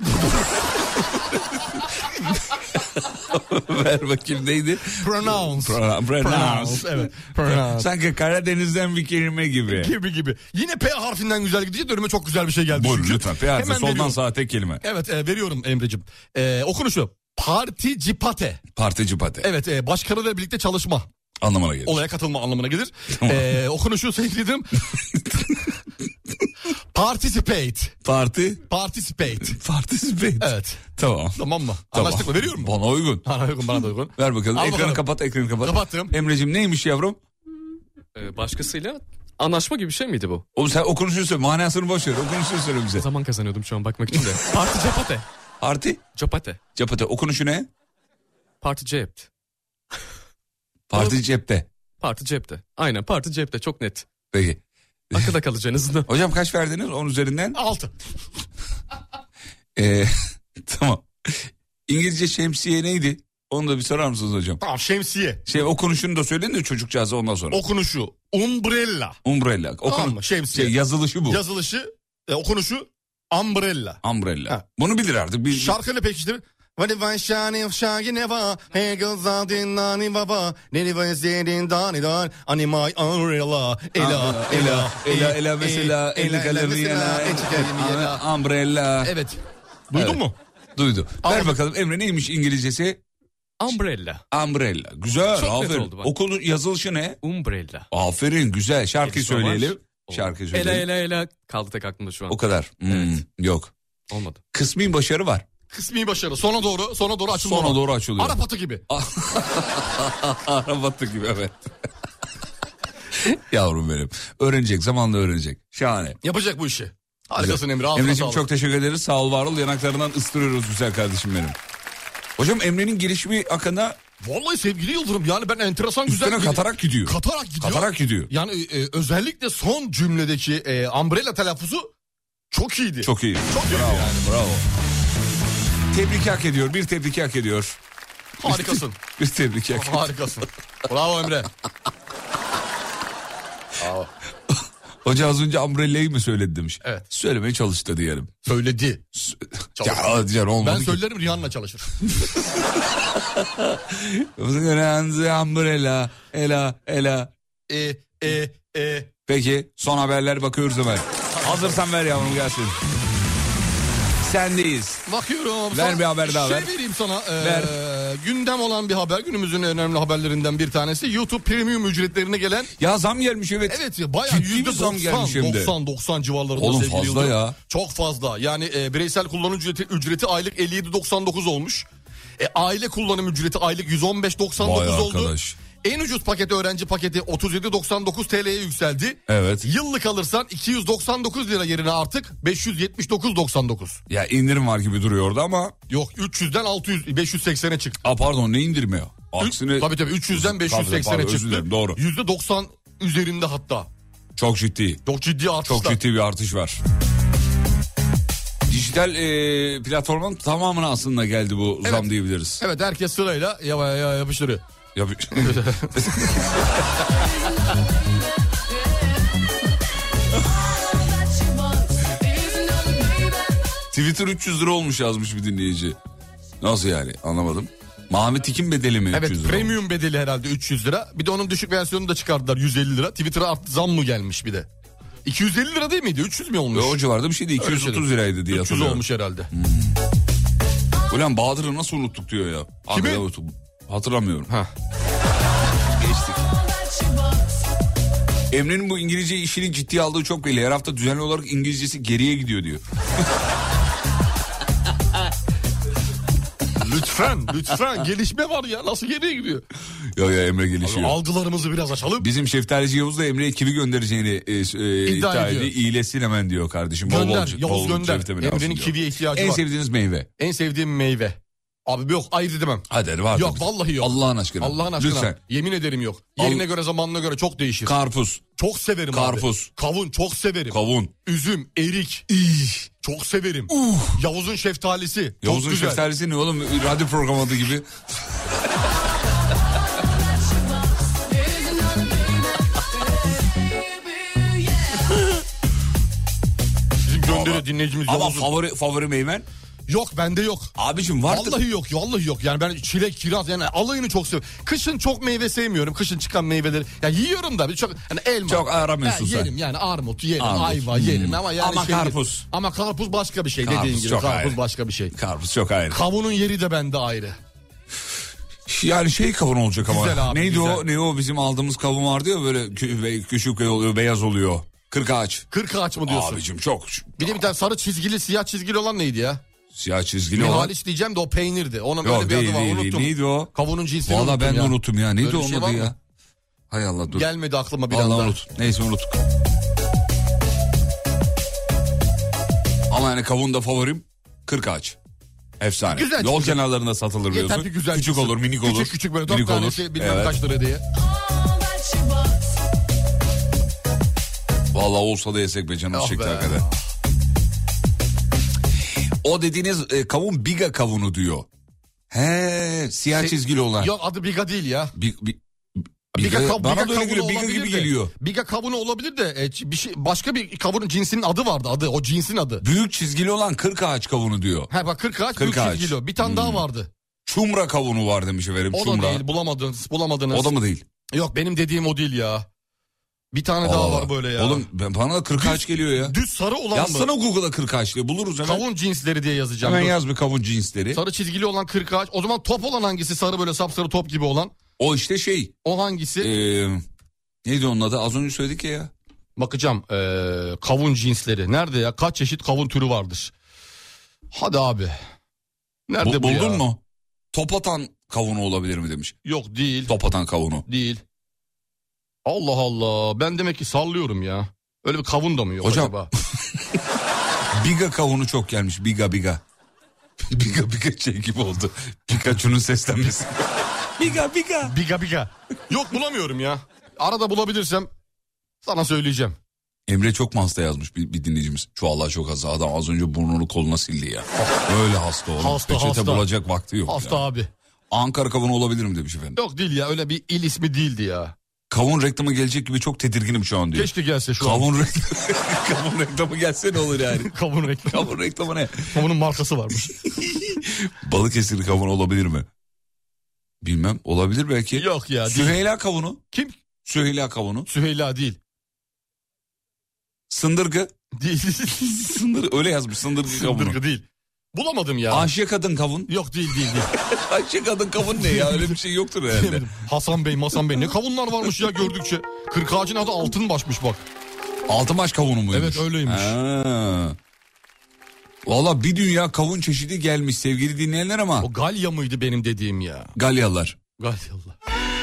Ver bakayım, neydi? Pronounce. Pronounce. Evet. Pronounce. Sanki Karadeniz'den bir kelime gibi. gibi. Yine P harfinden güzel gidecek. Önüme çok güzel bir şey geldi. Buyurun çünkü. lütfen. P Hemen soldan veriyorum. sağa tek kelime. Evet, veriyorum Emre'cim. Okunuşu. Participate. Participate. Evet, başkalarıyla birlikte çalışma. Anlamına gelir. Olaya katılma anlamına gelir. Okunuşu sevgilim. Participate. Participate. Evet. Tamam. Tamam mı? Tamam. Anlaştık mı? Veriyorum mu? Bana uygun. Bana da uygun. Ver bakalım. Al Ekranı bakalım. kapat, ekranı kapat. Kapattım. Emre'cim neymiş yavrum? Başkasıyla anlaşma gibi bir şey miydi bu? Oğlum sen okunuşunu söyle. Manasını boş ver. Okunuşunu söyle bize. Zaman kazanıyordum şu an bakmak için de. Parti cepate. Capate. Capate. Okunuşu ne? Parti cept. Parti cepte. Parti cepte. Aynen, parti cepte, çok net. Peki. Akılda kalıcı en azından. Hocam kaç verdiniz 10 üzerinden? 6. Tamam. İngilizce şemsiye neydi? Onu da bir sorar mısınız hocam? Tamam, şemsiye. Okunuşunu da söyleyin de çocukcağıza ondan sonra. Okunuşu. Umbrella. Umbrella. Tamam mı? Şemsiye. Yazılışı bu. Yazılışı, okunuşu umbrella. Umbrella. Ha. Bunu bilir artık. Şarkıyla pek işte. Vali van şani şagi neva hegel zadin nani baba neni vazedin dani dan ani my umbrella Ela mesela umbrella. Evet. Duydun Evet. mu? Duydu. Ver Ama- bakalım Emre, neymiş İngilizcesi? Umbrella. Umbrella. Güzel. Çok net Aferin. oldu bak. Okulu yazılışı ne? Umbrella. Aferin, güzel. Şarkıyı Gerisi var. söyleyelim. O. Şarkıyı söyleyelim. Ela kaldı tek aklımda şu an. O kadar. Evet. Yok. Olmadı. Kısmi başarı var. Kısmi başarı. Sona doğru açılıyor. Sona doğru açılıyor. Arap atı gibi. Arap attı gibi, evet. Yavrum benim. Öğrenecek, zamanla öğrenecek. Şahane. Yapacak bu işi. Harikasın Emre. Ağzına Emre'ciğim sağlık. çok teşekkür ederiz. Sağ ol, var ol. Yanaklarından ıstırıyoruz güzel kardeşim benim. Hocam Emre'nin gelişimi hakkında Vallahi sevgili Yıldırım, yani ben enteresan güzel. üstüne katarak gidiyor. Katarak gidiyor. Yani özellikle son cümledeki umbrella telaffuzu çok iyiydi. Çok iyi. Çok iyi Bravo. yani. Bravo. Tebrik hak ediyor. Bir tebrik hak ediyor. Harikasın. Bir tebrik hak ediyor. Harikasın. Bravo Emre. Hoca az önce umbrella'yı mı söyledi demiş. Evet. Söylemeye çalıştı diyelim. Söyledi. Ya hadi canım, olmadı Ben ki. söylerim, Rihanna çalışır. Umbrella. Ela. Peki son haberler bakıyoruz hemen. Hazırsan ver yavrum, gelsin. Sendeyiz. Bakıyorum. Ver bir haber daha ver. Vereyim sana. Ver. Gündem olan bir haber. Günümüzün önemli haberlerinden bir tanesi. YouTube Premium ücretlerine gelen. Ya zam gelmiş evet. Evet ya bayağı Ciddi bir zam gelmiş hem de. %90 civarlarında. Oğlum sevgili fazla Yıldırım. ya. Çok fazla. Yani bireysel kullanım ücreti aylık 57.99 olmuş. Aile kullanım ücreti aylık 115.99 Vay oldu. arkadaş. En ucuz paketi öğrenci paketi 37.99 TL'ye yükseldi. Evet. Yıllık alırsan 299 lira yerine artık 579.99. Ya indirim var gibi duruyor orada ama. Yok 300'den 580'e çıktı. Pardon ne indirimi ya? Aksine. Tabii 300'den 580'e Pardon, özür çıktı. dilerim, doğru. %90 üzerinde hatta. Çok ciddi. Çok ciddi artışlar. Çok ciddi bir artış var. Dijital platformun tamamına aslında geldi bu zam diyebiliriz. Evet herkes sırayla yapıştırıyor. Twitter 300 lira olmuş yazmış bir dinleyici. Nasıl yani anlamadım. Mavi tikin bedeli mi 300 Evet lira? premium bedeli herhalde 300 lira. Bir de onun düşük versiyonunu da çıkardılar 150 lira. Twitter'a zam mı gelmiş bir de? 250 lira değil miydi? 300 mü olmuş? O civarda bir şeydi. 230 liraydı diye 300 hatırlıyorum. olmuş herhalde. Ulan Bahadır'ı nasıl unuttuk diyor ya. Kimi? Hatırlamıyorum. Geçtik. Emre'nin bu İngilizce işini ciddiye aldığı çok belli. Her hafta düzenli olarak İngilizcesi geriye gidiyor diyor. Lütfen gelişme var ya nasıl geriye gidiyor? Ya Emre gelişiyor. Algılarımızı biraz açalım. Bizim Şeftalici Yavuz da Emre'ye kivi göndereceğini iddia ediyor. İyileşsin hemen diyor kardeşim. Gönder Yavuz gönder. Emre'nin kiviye ihtiyacı en var. En sevdiğiniz meyve? En sevdiğim meyve. Abi yok ayırt edemem. Hadi var. Yok vallahi yok. Allah'ın aşkına. Allah'ın aşkına. Lütfen. Yemin ederim yok. Yerine göre zamanına göre çok değişir. Karpuz. Çok severim Karpuz. abi. Kavun çok severim. Kavun. Üzüm, erik. Çok severim. Yavuz'un şeftalisi. Yavuz'un çok güzel. şeftalisi ne oğlum? Radyo programı adı gibi. Bizim gönderiyor dinleyicimiz Ama Yavuz'un. favori meyven? Yok bende yok. Abicim vardır. Vallahi yok. Yani ben çilek, kiraz yani alayını çok seviyorum. Kışın çok meyve sevmiyorum. Kışın çıkan meyveleri. Ya yiyorum da çok hani elma. Çok aramıyorsun sen. Yerim yani armut yerim, Armut. ayva yerim ama yani Ama karpuz. Ama karpuz başka bir şey Karpuz dediğin gibi. çok Karpuz ayrı. başka bir şey. Karpuz çok ayrı. Kavunun yeri de bende ayrı. Yani kavun olacak ama. Güzel abi, neydi güzel. o? Ne o bizim aldığımız kavun vardı ya böyle küçük oluyor, beyaz oluyor. Kırk ağaç. Kırk ağaç mı diyorsun? Abicim çok. Bir de bir tane sarı çizgili, siyah çizgili olan neydi ya? Siyah çizgili olan. Haliç diyeceğim de o peynirdi. Onun Yok böyle bir adı var değil. unuttum. Neydi o? Kavunun cinsini Valla unuttum ben de ya. unuttum ya. Neydi Öyle bir şey onun var adı mı? ya? Hay Allah dur. Gelmedi aklıma bir Vallahi anda. unut. Neyse unuttuk. Ama yani kavun da favorim. Kırk ağaç. Efsane. Güzel Yol çıkacak. kenarlarında satılır biliyorsun. Yeter ki güzel Küçük çıksın. olur, minik olur. Küçük böyle 4 minik tanesi olur. bilmem kaç lira diye. Vallahi olsa da yesek be canım Oh çekti be. hakikaten. O dediğiniz kavun biga kavunu diyor. He siyah çizgili olan. Yok adı biga değil ya. Biga, bana da öyle kavunu geliyor. Biga olabilir gibi de. geliyor. Biga kavunu olabilir de bir şey başka bir kavunun cinsinin adı vardı adı. O cinsin adı. Büyük çizgili olan kırk ağaç kavunu diyor. He bak 40 ağaç 40 büyük ağaç. çizgili o. Bir tane daha vardı. Çumra kavunu var demiş efendim. O Çumra. da değil bulamadınız. O da mı değil? Yok benim dediğim o değil ya. Bir tane daha var böyle ya. Oğlum bana da 40 ağaç geliyor ya. Düz sarı olan Yazsana mı? Google'a 40 ağaç diye buluruz hemen. Kavun cinsleri diye yazacağım. Hemen Dur. yaz bir kavun cinsleri. Sarı çizgili olan 40 ağaç. O zaman top olan hangisi? Sarı böyle sapsarı top gibi olan. O işte şey. O hangisi? Neydi onun adı? Az önce söyledik ya. Bakacağım. Kavun cinsleri. Nerede ya? Kaç çeşit kavun türü vardır? Hadi abi. Nerede bu ya? Buldun mu? Top atan kavunu olabilir mi demiş. Yok değil. Top atan kavunu. Değil. Allah Allah. Ben demek ki sallıyorum ya. Öyle bir kavun da mı yok Hocam. acaba? Biga kavunu çok gelmiş. Biga. biga şey gibi oldu. Pikachu'nun seslenmesi. Biga. Yok bulamıyorum ya. Arada bulabilirsem sana söyleyeceğim. Emre çok mu hasta yazmış bir dinleyicimiz. Vallahi çok hasta. Adam az önce burnunu koluna sildi ya. Öyle hasta oğlum. Peçete bulacak vakti yok Hasta ya. abi. Ankara kavunu olabilir mi demiş efendim. Yok değil ya öyle bir il ismi değildi ya. Kavun reklamı gelecek gibi çok tedirginim şu an diyor. Keşke gelse şu an. Kavun reklamı gelse ne olur yani. Kavun reklamı. Kavun reklamı ne? Kavunun markası varmış. Balıkesirli kavun olabilir mi? Bilmem olabilir belki. Yok ya. Değil. Süheyla kavunu. Kim? Süheyla kavunu. Süheyla değil. Sındırgı. Değil. Öyle yazmış sındırgı kavunu. Sındırgı değil. Bulamadım ya. Ayşe kadın kavun. Yok değil. Ayşe kadın kavun ne ya? Öyle bir şey yoktur herhalde. Hasan Bey ne kavunlar varmış ya gördükçe. Kırk ağacın adı Altınbaş'mış bak. Altınbaş kavunu muymuş? Evet öyleymiş. Valla bir dünya kavun çeşidi gelmiş sevgili dinleyenler ama. O Galya mıydı benim dediğim ya? Galyalar. Galyalar.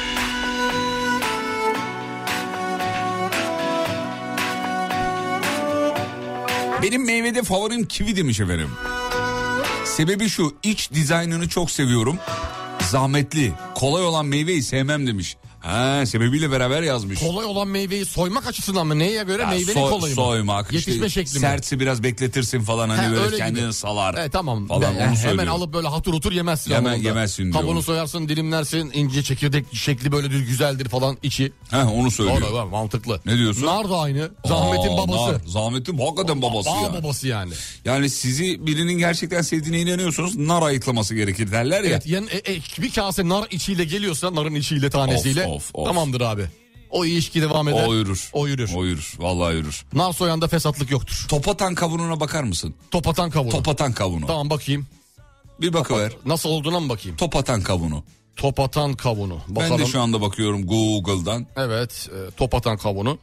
Benim meyvede favorim kivi demiş efendim. Sebebi şu, iç dizaynını çok seviyorum. Zahmetli, kolay olan meyveyi sevmem demiş. Sebebiyle beraber yazmış. Kolay olan meyveyi soymak açısından mı? Neye göre? Meyvenin kolayı mı? Soymak. Yetişme şekli mi? Sertsi biraz bekletirsin falan hani böyle kendini gibi salar. Tamam. Falan, hemen alıp böyle hatır otur yemezsin. Yemezsin diyor. Kabuğunu soyarsın, dilimlersin, ince çekirdek şekli böyle güzeldir falan içi. Onu söylüyor. O da mantıklı. Ne diyorsun? Nar da aynı. Zahmetin babası. Nar. Zahmetin hakikaten babası ya. Babası yani. Yani sizi birinin gerçekten sevdiğine inanıyorsunuz, nar ayıklaması gerekir derler ya. Evet, yani bir kase nar içiyle geliyorsa, narın içiyle tanesiyle of. tamamdır abi. O ilişki devam eder. O yürür. Vallahi yürür. Nar soyanda fesatlık yoktur. Topatan kavununa bakar mısın? Topatan kavunu. Tamam bakayım. Bir bakıver. Nasıl olduğuna mı bakayım? Topatan kavunu. Bakalım. Ben de şu anda bakıyorum Google'dan. Evet, topatan kavunu.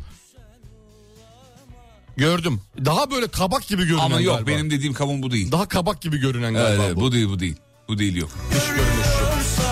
Gördüm. Daha böyle kabak gibi görünen ama yok galiba. Benim dediğim kavun bu değil. Daha kabak gibi görünen galiba evet, bu. Bu değil. Bu değil yok. Hiç görünüş yok.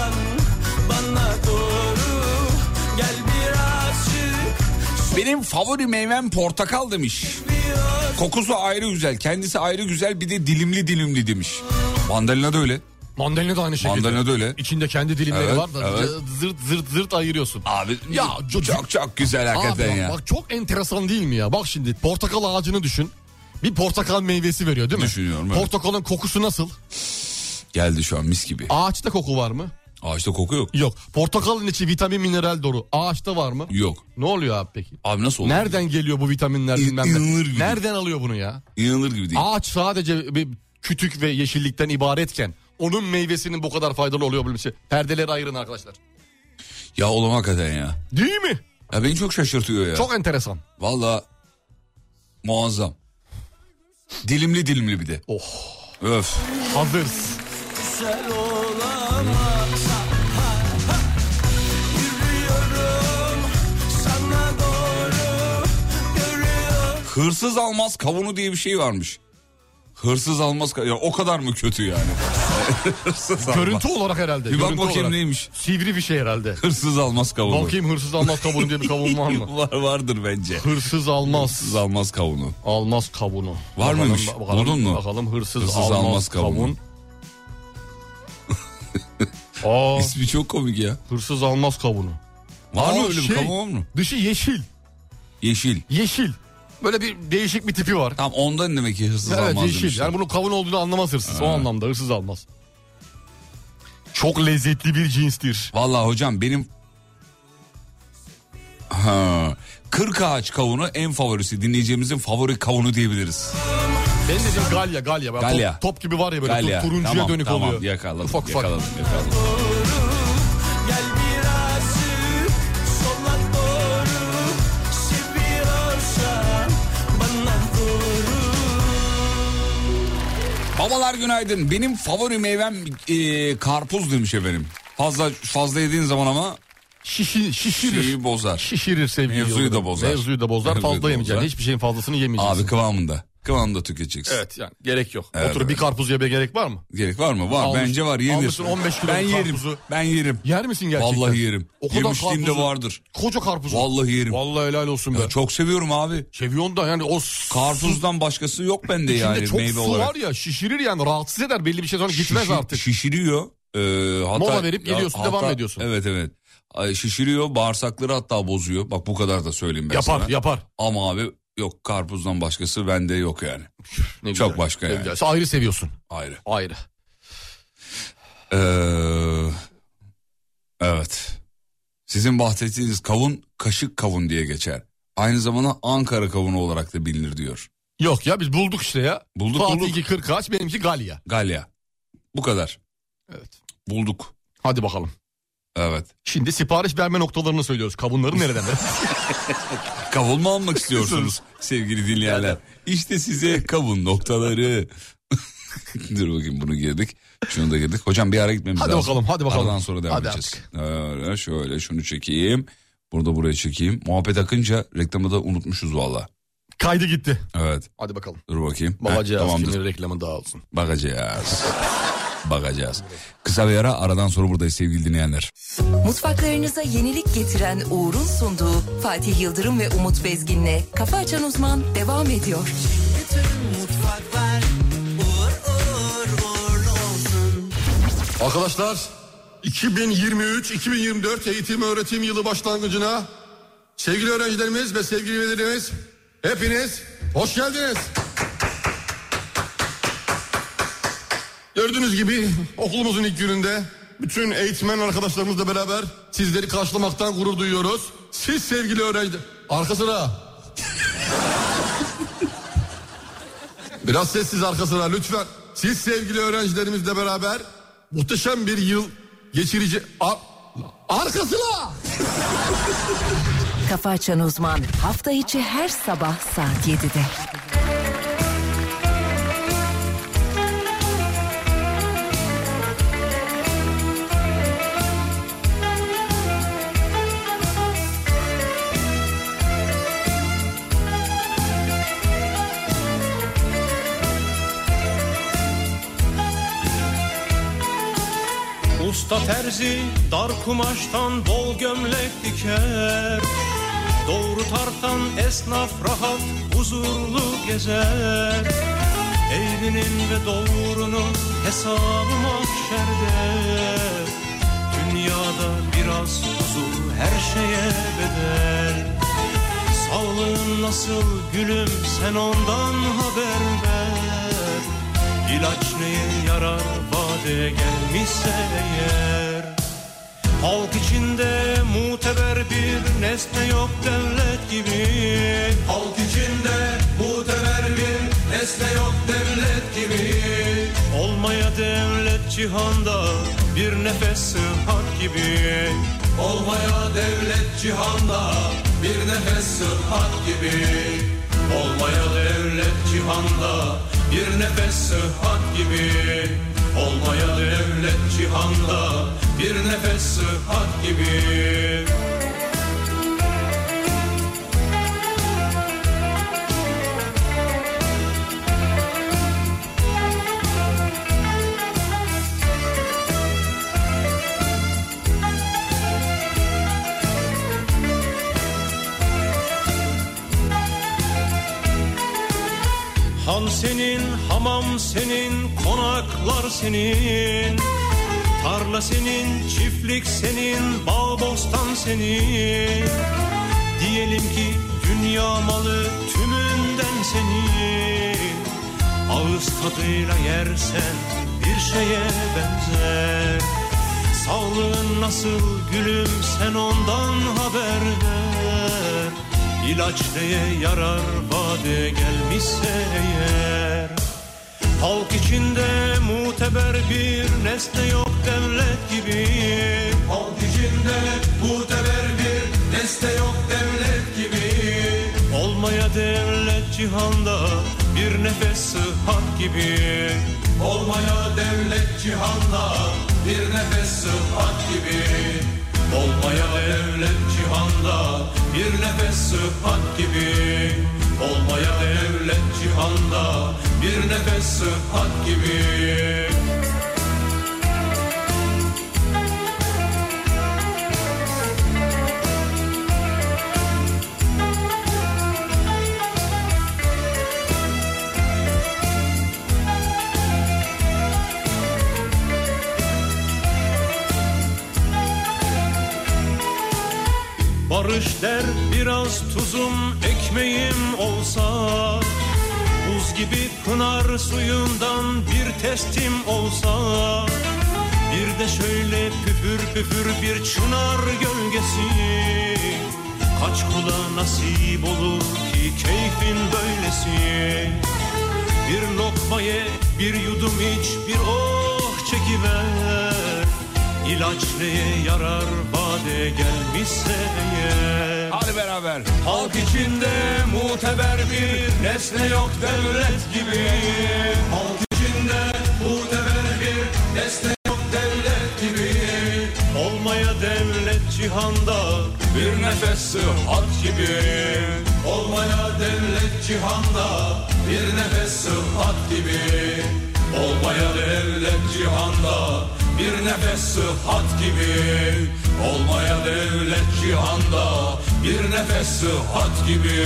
Benim favori meyvem portakal demiş. Kokusu ayrı güzel, kendisi ayrı güzel, bir de dilimli demiş. Mandalina da öyle. Mandalina da aynı şekilde. Mandalina da öyle. İçinde kendi dilimleri var da zırt ayırıyorsun. Abi ya çok güzel hakikaten ya. Bak çok enteresan değil mi ya? Bak şimdi portakal ağacını düşün. Bir portakal meyvesi veriyor değil mi? Düşünüyorum. Evet. Portakalın kokusu nasıl? Geldi şu an mis gibi. Ağaçta koku var mı? Ağaçta koku yok. Yok. Portakalın içi vitamin mineral dolu. Ağaçta var mı? Yok. Ne oluyor abi peki? Abi nasıl oluyor? Nereden geliyor bu vitaminler bilmem ne? İnanılır gibi. Nereden alıyor bunu ya? İnanılır gibi değil. Ağaç sadece bir kütük ve yeşillikten ibaretken onun meyvesinin bu kadar faydalı oluyor bu şey. Perdeleri ayırın arkadaşlar. Ya oğlum hakikaten ya. Değil mi? Ya beni çok şaşırtıyor ya. Çok enteresan. Vallahi muazzam. Dilimli bir de. Oh. Öf. Hazırız. Güzel olamaz. Yürüyorum sana doğru, görüyorum. Hırsız almaz kavunu diye bir şey varmış. Hırsız almaz ya o kadar mı kötü yani? Görüntü olarak herhalde. Bir bak bakayım neymiş. Sivri bir şey herhalde. Hırsız almaz kavunu. Bakayım hırsız almaz kavunu diye bir kavun var mı? Vardır bence. Hırsız almaz. Hırsız almaz kavunu. Almaz kavunu. Var mıymış? Buldun mu? Bakalım hırsız almaz kavun. İsmi çok komik ya. Hırsız almaz kavunu. Var mı öyle bir kavun mu? Dışı yeşil. Yeşil. Böyle bir değişik bir tipi var. Tamam ondan demek ki hırsız almaz yeşil. demişler. Yani bunun kavun olduğunu anlamaz hırsız. O anlamda hırsız almaz. Çok lezzetli bir cinstir. Vallahi hocam benim... Kırk ağaç kavunu en favorisi. Dinleyeceğimizin favori kavunu diyebiliriz. Benim dediğim Galya. Top gibi var ya böyle Galya. turuncuya dönük oluyor. Tamam yakaladım. Ufak. Gel birazcık sola doğru, seviyorsan bana doğru. Babalar günaydın. Benim favori meyvem karpuz demiş efendim. Fazla yediğin zaman ama şişirir. Şeyi bozar. Şişirir sevgili. Mevzuyu da bozar. Fazla yemeyeceksin. Hiçbir şeyin fazlasını yemeyeceksin. Abi kıvamında tüketeceksin. Evet yani gerek yok. Evet, Oturup bir karpuz yemeye gerek var mı? Gerek var mı? Var. Bence var. Yenir. Almışsın 15 kilo karpuzu. Ben yerim. Yer misin gerçekten? Vallahi yerim. O kadar Yemişliğim de karpuzu, vardır. Koca karpuzu. Vallahi yerim. Vallahi helal olsun be. Ya çok seviyorum abi. Seviyorsun da yani o karpuzdan başkası yok bende yani çok meyve su olarak. var ya şişirir yani rahatsız eder belli bir şey sonra gitmez artık. Şişiriyor. Mola verip geliyorsun devam ediyorsun. Evet. Şişiriyor bağırsakları hatta bozuyor. Bak bu kadar da söyleyeyim ben sana. Yapar. Ama abi yok karpuzdan başkası bende yok yani. Ne çok güzel, başka yani. Güzel. Sen ayrı seviyorsun. Ayrı. Evet. Sizin bahsettiğiniz kavun kaşık kavun diye geçer. Aynı zamanda Ankara kavunu olarak da bilinir diyor. Yok ya biz bulduk işte ya. Bulduk. Fatih'inki kırkağaç benimki Galya. Bu kadar. Evet. Bulduk. Hadi bakalım. Evet. Şimdi sipariş verme noktalarını söylüyoruz. Kavunları nereden? Kavun mu almak istiyorsunuz sevgili dinleyenler? İşte size kavun noktaları. Dur bakayım, bunu girdik. Şunu da girdik. Hocam bir ara gitmemiz lazım. Hadi bakalım. Aradan sonra devam edeceğiz. Şöyle şunu çekeyim. Burada buraya çekeyim. Muhabbet akınca reklamı da unutmuşuz valla. Kaydı gitti. Evet. Hadi bakalım. Dur bakayım. Bakacağız. Kimin reklamı daha olsun. Bakacağız. Kısa bir aradan sonra buradayız sevgili dinleyenler. Mutfaklarınıza yenilik getiren Uğur'un sunduğu Fatih Yıldırım ve Umut Bezgin'le Kafa Açan Uzman devam ediyor. Arkadaşlar 2023-2024 eğitim öğretim yılı başlangıcına sevgili öğrencilerimiz ve sevgili velilerimiz hepiniz hoş geldiniz. Gördüğünüz gibi okulumuzun ilk gününde bütün eğitmen arkadaşlarımızla beraber sizleri karşılamaktan gurur duyuyoruz. Siz sevgili öğrenciler... Arka sıra. Biraz sessiz arka sıra lütfen. Siz sevgili öğrencilerimizle beraber muhteşem bir yıl geçirici... Arka sıra! Kafa Açan Uzman hafta içi her sabah saat 7'de. Usta terzi dar kumaştan bol gömlek diker. Doğru tartan esnaf rahat huzurlu gezer. Eğrinin ve doğrunun hesabı mahşerde. Dünyada biraz huzur her şeye bedel. Sağlığın nasıl gülüm sen ondan haber ver. İlaç neye yarar vade gelmişse eğer. Halk içinde muteber bir nesne yok devlet gibi. Halk içinde muteber bir nesne yok devlet gibi. Olmaya devlet cihanda bir nefes sıhhat gibi. Olmaya devlet cihanda bir nefes sıhhat gibi. Olmaya devlet cihanda bir nefes sıhhat gibi. Olmaya devlet cihanda bir nefes sıhhat gibi. Han senin, hamam senin, konaklar senin. Tarla senin, çiftlik senin, bağ bostan senin. Diyelim ki dünya malı tümünden senin. Ağız tadıyla yersen bir şeye benzer. Sağlığın nasıl gülüm sen ondan haber ver. İlaç neye yarar vade gelmişse eğer. Halk içinde muteber bir nesne yok devlet gibi. Halk içinde muteber bir nesne yok devlet gibi. Olmaya devlet cihanda bir nefes sıhhat gibi. Olmaya devlet cihanda bir nefes sıhhat gibi. Olmaya devlet cihanda bir nefes sıhhat gibi. Olmaya devlet cihanda bir nefes sıhhat gibi. Barış der biraz tuzum ekmeğim olsa. Buz gibi pınar suyundan bir testim olsa. Bir de şöyle püfür püfür bir çınar gölgesi. Kaç kula nasip olur ki keyfin böylesi. Bir lokma ye, bir yudum iç, bir oh çekiver. İlaç neye yarar bade gelmişse eğer. Hadi beraber. Halk içinde muteber bir nesne yok devlet gibi. Halk içinde cihanda bir nefes sıhhat gibi. Olmaya devlet cihanda bir nefes sıhhat gibi. Olmaya devlet cihanda bir nefes sıhhat gibi. Olmaya devlet cihanda bir nefes sıhhat gibi.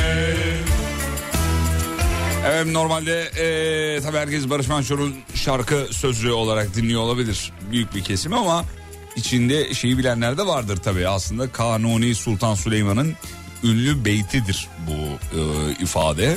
Evet, normalde tabii herkes Barış Manço'nun şarkı sözü olarak dinliyor olabilir büyük bir kesim, ama içinde şeyi bilenler de vardır tabii. Aslında Kanuni Sultan Süleyman'ın ünlü beytidir bu ifade.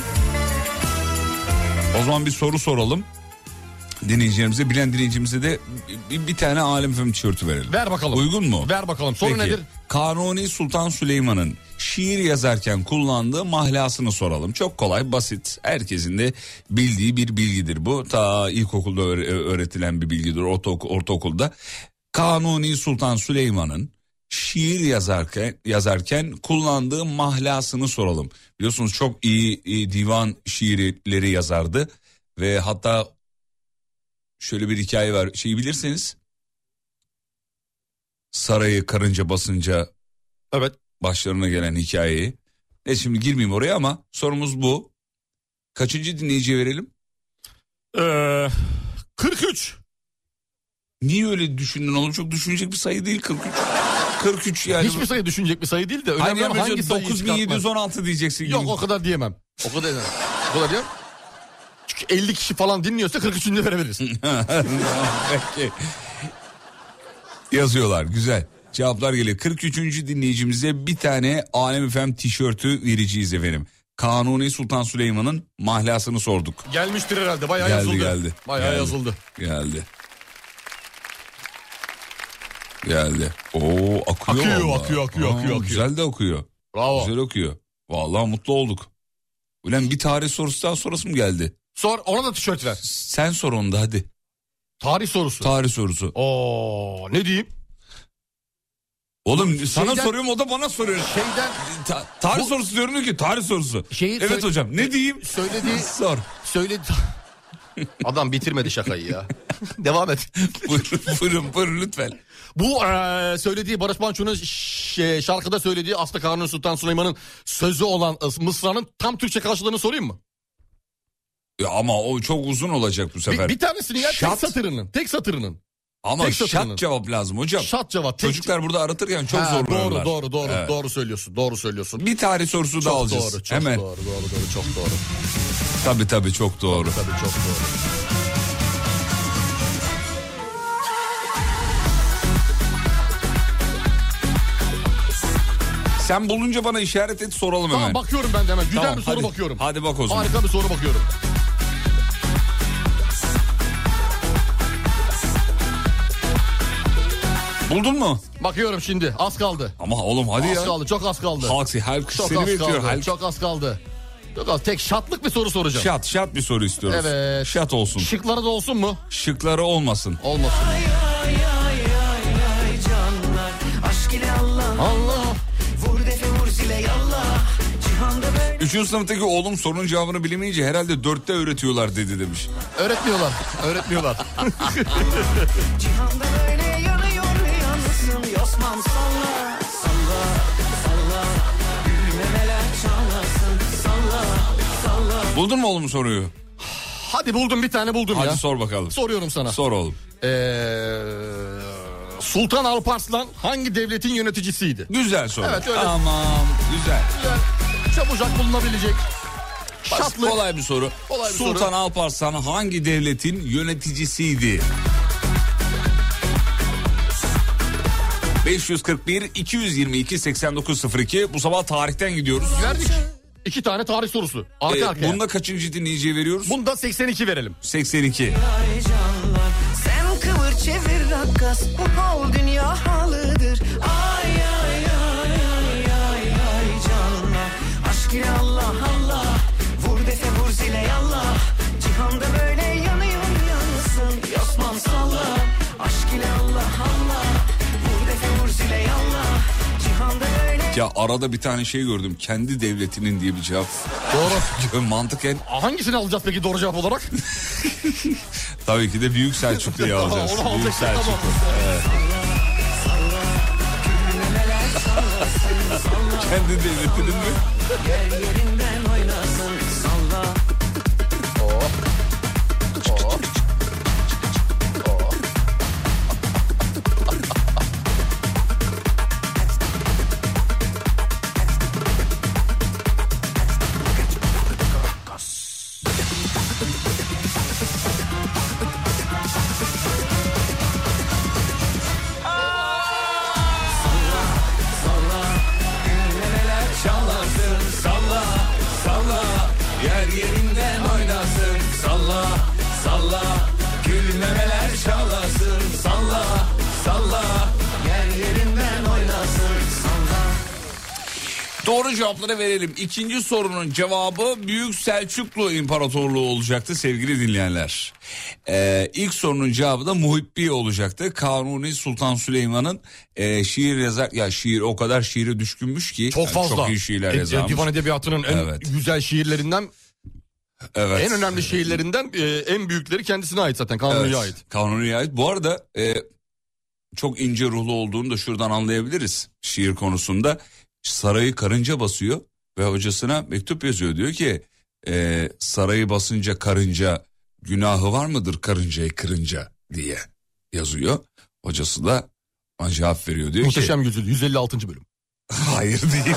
O zaman bir soru soralım dinleyicilerimize. Bilen dinleyicimize de bir tane Alem FM tişörtü verelim. Ver bakalım. Uygun mu? Ver bakalım. Soru Peki, nedir? Kanuni Sultan Süleyman'ın şiir yazarken kullandığı mahlasını soralım. Çok kolay, basit. Herkesin de bildiği bir bilgidir bu. Ta ilkokulda öğretilen bir bilgidir, ortaokulda. Kanuni Sultan Süleyman'ın şiir yazarken kullandığı mahlasını soralım. Biliyorsunuz çok iyi divan şiirleri yazardı ve hatta şöyle bir hikaye var. Şeyi bilirseniz, sarayı karınca basınca evet başlarına gelen hikayeyi. Şimdi girmeyeyim oraya ama sorumuz bu. Kaçıncı dinleyiciye verelim? 43. Niye öyle düşündün oğlum? Çok düşünecek bir sayı değil 43. 43 yani. Hiçbir sayı düşünecek bir sayı değil de önemli olan hangi sayıyı 9716 diyeceksin. Yok o kadar diyemem. O kadar diyemem. Çünkü 50 kişi falan dinliyorsa 43'ünü verebiliriz. Peki. Yazıyorlar, güzel. Cevaplar geliyor. 43. dinleyicimize bir tane Alem FM tişörtü vereceğiz efendim. Kanuni Sultan Süleyman'ın mahlasını sorduk. Gelmiştir herhalde, bayağı yazıldı. Geldi. Bayağı yazıldı. Geldi. Oo, Akıyor. Güzel de okuyor. Bravo. Güzel okuyor. Vallahi mutlu olduk. Ulan bir tarih sorusu daha sonrası mı geldi? Sor, ona da tişört ver. Sen sor onu da hadi. Tarih sorusu. Tarih sorusu. Oo, ne diyeyim? Oğlum sana soruyorum, o da bana soruyor. Tarih sorusu diyorum ki tarih sorusu. Evet hocam, ne diyeyim? Söylediği sor. Adam bitirmedi şakayı ya. Devam et. buyurun lütfen. Bu söylediği Barış Manço'nun şarkıda söylediği aslında Kanuni Sultan Süleyman'ın sözü olan mısranın tam Türkçe karşılığını sorayım mı? Ya ama o çok uzun olacak bu sefer. Bir tanesini ya, tek satırının. Ama şat cevap lazım hocam. Şat cevap. Çocuklar burada aratırken çok zorlanıyorlar. Doğru. Evet. Doğru söylüyorsun. Bir tarih sorusu da alacağız. Çok Hemen. doğru, çok doğru. Tabii çok doğru. Tabii çok doğru. Sen bulunca bana işaret et, soralım hemen. Tamam, bakıyorum ben de hemen. Güzel bir soru bakıyorum. Hadi bak o zaman. Harika bir soru bakıyorum. Buldun mu? Bakıyorum şimdi. Az kaldı. Ama oğlum hadi ya. Az kaldı. Çok az kaldı. Halk seni bekliyor. Çok az kaldı. Çok az. Tek şatlık bir soru soracağım. Şat bir soru istiyoruz. Evet. Şat olsun. Şıkları da olsun mu? Şıkları olmasın. Olmasın. Canlar aşk ile Allah vur defe vur zile yallah. 3. sınıftaki oğlum sorunun cevabını bilemeyince herhalde 4'te öğretiyorlar dedi demiş. Öğretmiyorlar. Cihanda böyle yanıyor yansın Yosman salla gülmemeler çalasın salla. Buldun mu oğlum soruyu? Hadi buldum, bir tane buldum. Hadi sor bakalım. Soruyorum sana. Sor oğlum. Sultan Alparslan hangi devletin yöneticisiydi? Güzel soru. Evet, öyle. Tamam, güzel. Çabucak bulunabilecek. Şatlı. Kolay bir soru. Sultan Alparslan hangi devletin yöneticisiydi? 541 222 8902. Bu sabah tarihten gidiyoruz. Verdik. 2 tane tarih sorusu. Arka arkaya. Bunda kaçıncı dinleyiciye veriyoruz? Bunda 82 verelim. 82. Sen kıvır çevir rakkas bu hal dünya halıdır. Ay canlar aşk ile Allah vur defe vur zile yallah. Cihanda böyle yanıyor yansın Yosman salla aşk ile Allah vur defe vur zile yallah. Cihanda böyle. Ya arada bir tane şey gördüm. Kendi devletinin diye bir cevap. Doğru. Mantıken. Hangisini alacağız peki doğru cevap olarak? Tabii ki de Büyük Selçuklu'yu alacağız. Onu Büyük alacaksak Selçuklu. tamam. Evet. oynasın salla. Kendi devletinin mi? Yer yerinden oynasın salla. Yer yerinden oynasın salla salla, gülmemeler çalasın salla salla, Yer yerinden oynasın salla. Doğru cevapları verelim. İkinci sorunun cevabı Büyük Selçuklu İmparatorluğu olacaktı sevgili dinleyenler. İlk sorunun cevabı da Muhibbi olacaktı. Kanuni Sultan Süleyman'ın şiir yazar, ya şiir o kadar şiire düşkünmüş ki. Çok fazla. Çok iyi şiirler yazarmış. Divan Edebiyatı'nın en güzel şiirlerinden, evet. En önemli şiirlerinden en büyükleri kendisine ait zaten. Kanuni'ye ait. Kanuni'ye ait. Bu arada çok ince ruhlu olduğunu da şuradan anlayabiliriz şiir konusunda. Sarayı karınca basıyor ve hocasına mektup yazıyor. Diyor ki sarayı basınca karınca günahı var mıdır karıncayı kırınca diye yazıyor. Hocası da cevap veriyor, diyor Muhteşem ki. Yüzyıl 156. bölüm. Hayır değil.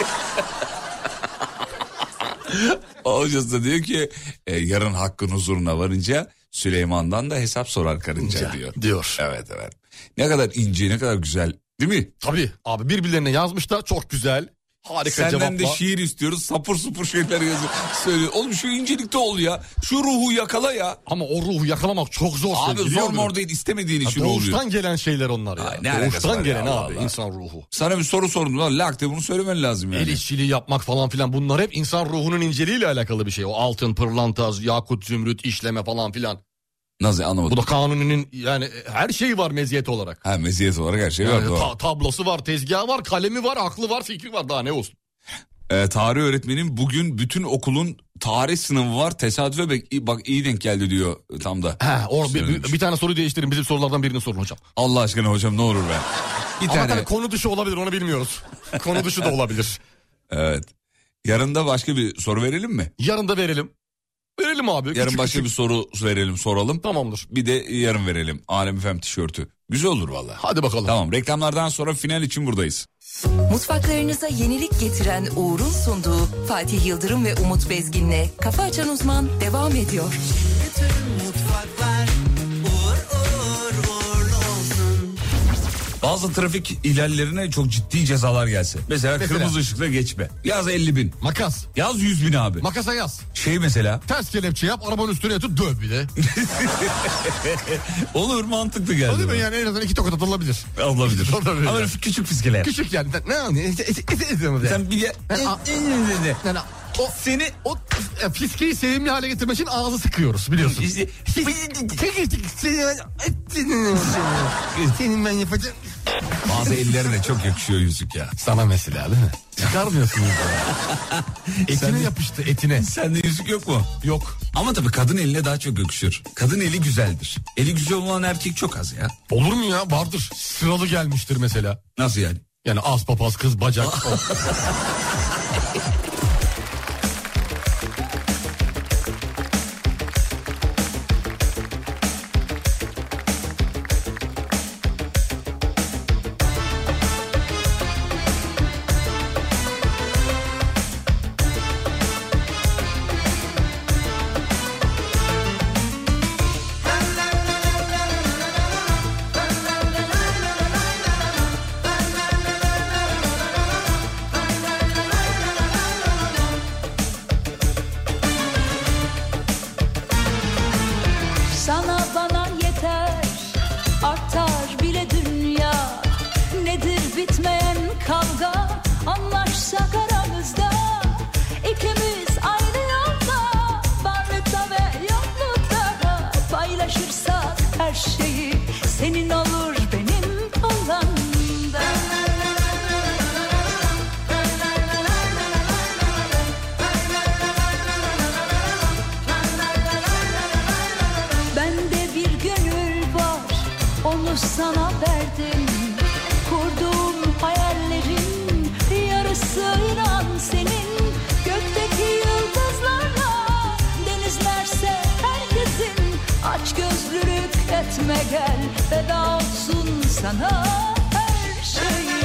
Hocası da diyor ki yarın hakkın huzuruna varınca Süleyman'dan da hesap sorar karınca diyor. Evet. Ne kadar ince, ne kadar güzel değil mi? Tabii abi, birbirlerine yazmışlar, çok güzel. Harika Senden cevaplar. de şiir istiyoruz, sapır supur şeyler yazıyor. Söylüyor. Oğlum şu incelikte ol ya. Şu ruhu yakala ya. Ama o ruhu yakalamak çok zor. Abi zor mor değil, istemediğin için oluyor. Doğuştan gelen şeyler onlar ya. Doğuştan gelen ya, abi, Allah. insan ruhu. Sana bir soru sordum lan, lak de bunu söylemen lazım yani. El işçiliği yapmak falan filan, bunlar hep insan ruhunun inceliğiyle alakalı bir şey. O altın, pırlanta, yakut, zümrüt, işleme falan filan. Nasıl, anlamadım. Bu da Kanuni'nin yani her şeyi var meziyet olarak. Ha, meziyet olarak her şey var. Yani tablosu var, tezgahı var, kalemi var, aklı var, fikri var, daha ne olsun. Tarih öğretmenim bugün bütün okulun tarih sınavı var. Tesadüfe bak iyi denk geldi diyor tam da. Bir tane soru değiştirin, bizim sorulardan birini sorun hocam. Allah aşkına hocam, ne olur be. Ama tabii konu dışı olabilir, onu bilmiyoruz. Konu dışı da olabilir. Evet. Yarın da başka bir soru verelim mi? Yarın da verelim. Verelim abi. Yarın başka bir soru verelim, soralım. Tamamdır. Bir de yarın verelim Alem FM tişörtü. Güzel olur vallahi. Hadi bakalım. Tamam, reklamlardan sonra final için buradayız. Mutfaklarınıza yenilik getiren Uğur'un sunduğu Fatih Yıldırım ve Umut Bezgin'le Kafa Açan Uzman devam ediyor. Bütün mutfaklar uğurlu olsun. Bazı trafik ihlallerine çok ciddi cezalar gelse. Mesela kırmızı ışıkta geçme. Yaz 50.000. Makas. Yaz 100.000 abi. Makasa yaz. Mesela. Ters kelepçe yap, arabanın üstüne yatıp döv bir de. Olur, mantıklı geldi. Değil mi? Yani en azından 2 tokat atılabilir. Olabilir. Olabilir. Ama küçük fiskeler. Küçük yani. Ne anlıyorsun? Sen bir Seni o fiskeyi sevimli hale getirmek için ağzı sıkıyoruz, biliyorsun. Senin ben yapacağım. Bazı ellerine çok yakışıyor yüzük ya. Sana mesela değil mi? Çıkarmıyorsun yüzüğü. Etine yapıştı, etine. Sende yüzük yok mu? Yok. Ama tabii kadın eline daha çok yakışır. Kadın eli güzeldir. Eli güzel olan erkek çok az ya. Olur mu ya? Vardır. Sıralı gelmiştir mesela. Nasıl yani? Yani az papaz, kız bacak. Sana bana yeter, artar bile dünya. Nedir bitmeyen kavga, anlaşsak aramızda. İkimiz aynı yolda, varlıkta ve yoklukta. Paylaşırsak her şeyi, senin olur benim kollarımda. Bende bir gönül var, onu sana verdim. Kurduğum hayallerin etme gel, feda olsun sana her şeyim.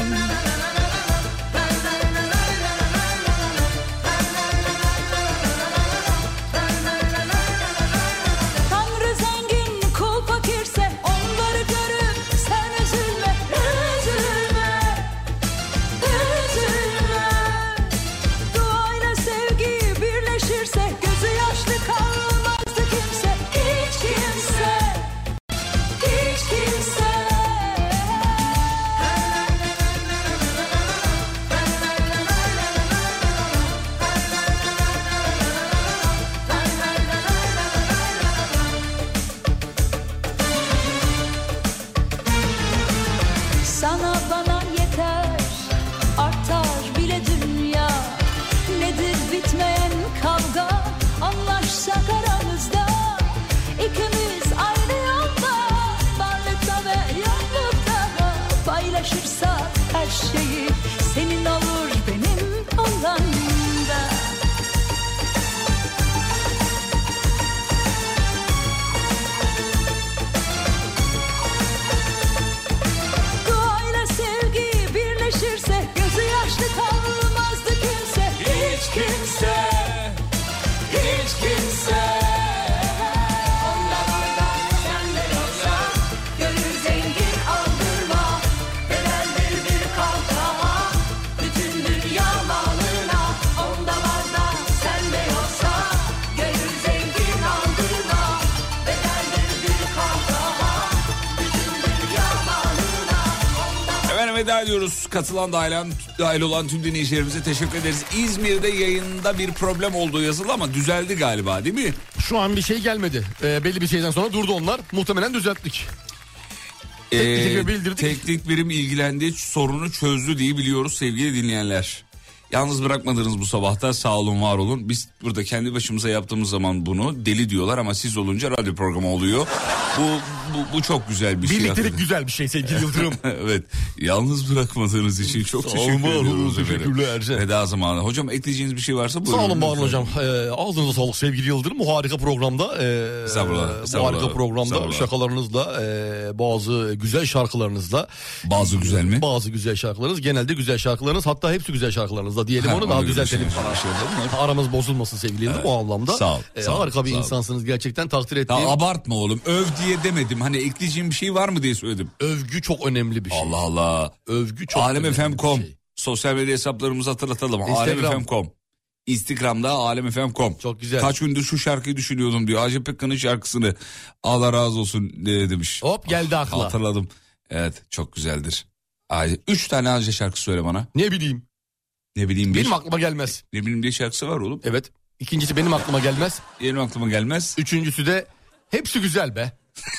Tanrı zengin, kul fakirse onları görüp sen üzülme, üzülme, üzülme. Duayla sevgi birleşirse gözü yaşlı kalmazdı kimse, hiç kimse, hiç kimse. Sana bana yeter, artar bile dünya. Nedir bitmeyen kavga, anlaşsak aramızda. İkimiz aynı yolda, varlıkta ve yoklukta. Paylaşırsak her şeyi, senin olur benim olan da. Duayla sevgi birleşirse gözü yaşlı kalmazdı kimse, hiç kimse, hiç kimse. Onlardan sen de yoksa gönül zengin aldırma, bedeldir bir kalka, bütün dünya malına. Onlardan sen de yoksa gönül zengin aldırma, bedeldir bir kalka, bütün dünya malına. Efendim veda ediyoruz. Katılan dahil olan tüm dinleyicilerimize teşekkür ederiz. İzmir'de yayında bir problem olduğu yazılı ama düzeldi galiba, değil mi? Şu an bir şey gelmedi. Belli bir şeyden sonra durdu onlar. Muhtemelen düzelttik. Bildirdik. Teknik birim ilgilendiği sorunu çözdü diye biliyoruz sevgili dinleyenler. Yalnız bırakmadınız bu sabahta, sağ olun var olun. Biz burada kendi başımıza yaptığımız zaman bunu deli diyorlar ama siz olunca radyo programı oluyor. Bu çok güzel bir şey. Birliktelik güzel bir şey sevgili Yıldırım. Evet, yalnız bırakmadığınız için çok teşekkür ediyoruz. Teşekkürler. Veda zamanı. Hocam ekleyeceğiniz bir şey varsa buyurun. Sağ olun Bahar Hocam. Ağzınıza sağlık sevgili Yıldırım. Bu harika programda. Bu harika programda şakalarınızla, bazı güzel şarkılarınızla. Bazı güzel mi? Bazı güzel şarkılarınız. Genelde güzel şarkılarınız. Hatta hepsi güzel şarkılarınızla diyelim, onu daha düzeltelim. Aramız bozulmasın sevgili Yıldırım, o anlamda. Sağ ol. Harika bir insansınız gerçekten, takdir ettiğim. Ya abartma oğlum, öv diye demedim. Hani ekleyeceğim bir şey var mı diye söyledim. Övgü çok önemli bir şey. Allah Allah. Övgü çok önemli alemfm.com. bir şey. Sosyal medya hesaplarımızı hatırlatalım. Alemfm.com. Instagram'da alemfm.com. Çok güzel. Kaç gündür şu şarkıyı düşünüyordum diyor. Hacı Pekkan'ın şarkısını. Allah razı olsun demiş. Hop geldi akla. Hatırladım. Evet, çok güzeldir. 3 tane Hacı şarkı söyle bana. Ne bileyim. Ne bileyim benim aklıma gelmez. Ne bileyim diye şarkısı var oğlum. Evet. İkincisi benim aklıma gelmez. Benim aklıma gelmez. Üçüncüsü de hepsi güzel be.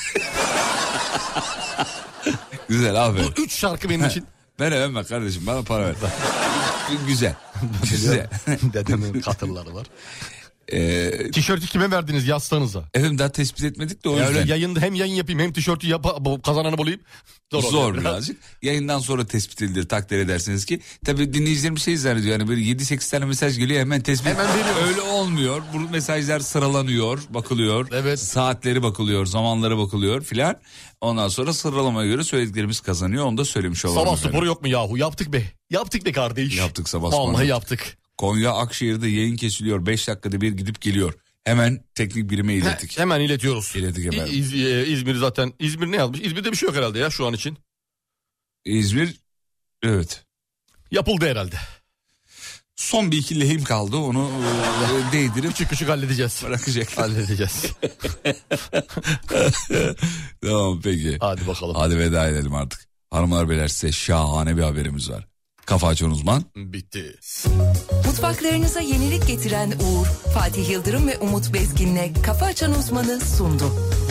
Güzel abi. Bu 3 şarkı benim için. Ben bak kardeşim, bana para ver. Güzel. Güzel. Dedemin katırları var. Tişörtü kime verdiniz yazsanıza? Efendim daha tespit etmedik de o yüzden. Öyle yayında hem yayın yapayım hem tişörtü kazananı bulayım. Zor birazcık. Yayından sonra tespit edilir, takdir edersiniz ki. Tabii dinleyicilerimiz şey zannediyor, yani böyle 7-8 tane mesaj geliyor hemen tespit. Hemen veriyoruz. Öyle olmuyor. Bu mesajlar sıralanıyor, bakılıyor. Evet. Saatleri bakılıyor, zamanları bakılıyor filan. Ondan sonra sıralamaya göre söylediklerimiz kazanıyor. Onu da söylemiş olalım. Sabah sporu yok mu yahu? Yaptık be. Yaptık be kardeş. Yaptık sabah sporu. Vallahi yaptık. Konya Akşehir'de yayın kesiliyor. 5 dakikada bir gidip geliyor. Hemen teknik birime ilettik. Hemen iletiyoruz. İlettik efendim. İzmir zaten. İzmir ne yazmış? İzmir'de bir şey yok herhalde ya şu an için. İzmir, evet. Yapıldı herhalde. Son bir iki lehim kaldı, onu değdirip küçük halledeceğiz. Bırakacak. Halledeceğiz. Tamam peki. Hadi bakalım. Hadi veda edelim artık. Hanımlar beyler, size şahane bir haberimiz var. Kafa Açan Uzman bitti. Mutfaklarınıza yenilik getiren Uğur, Fatih Yıldırım ve Umut Bezgin'le Kafa Açan Uzman'ı sundu.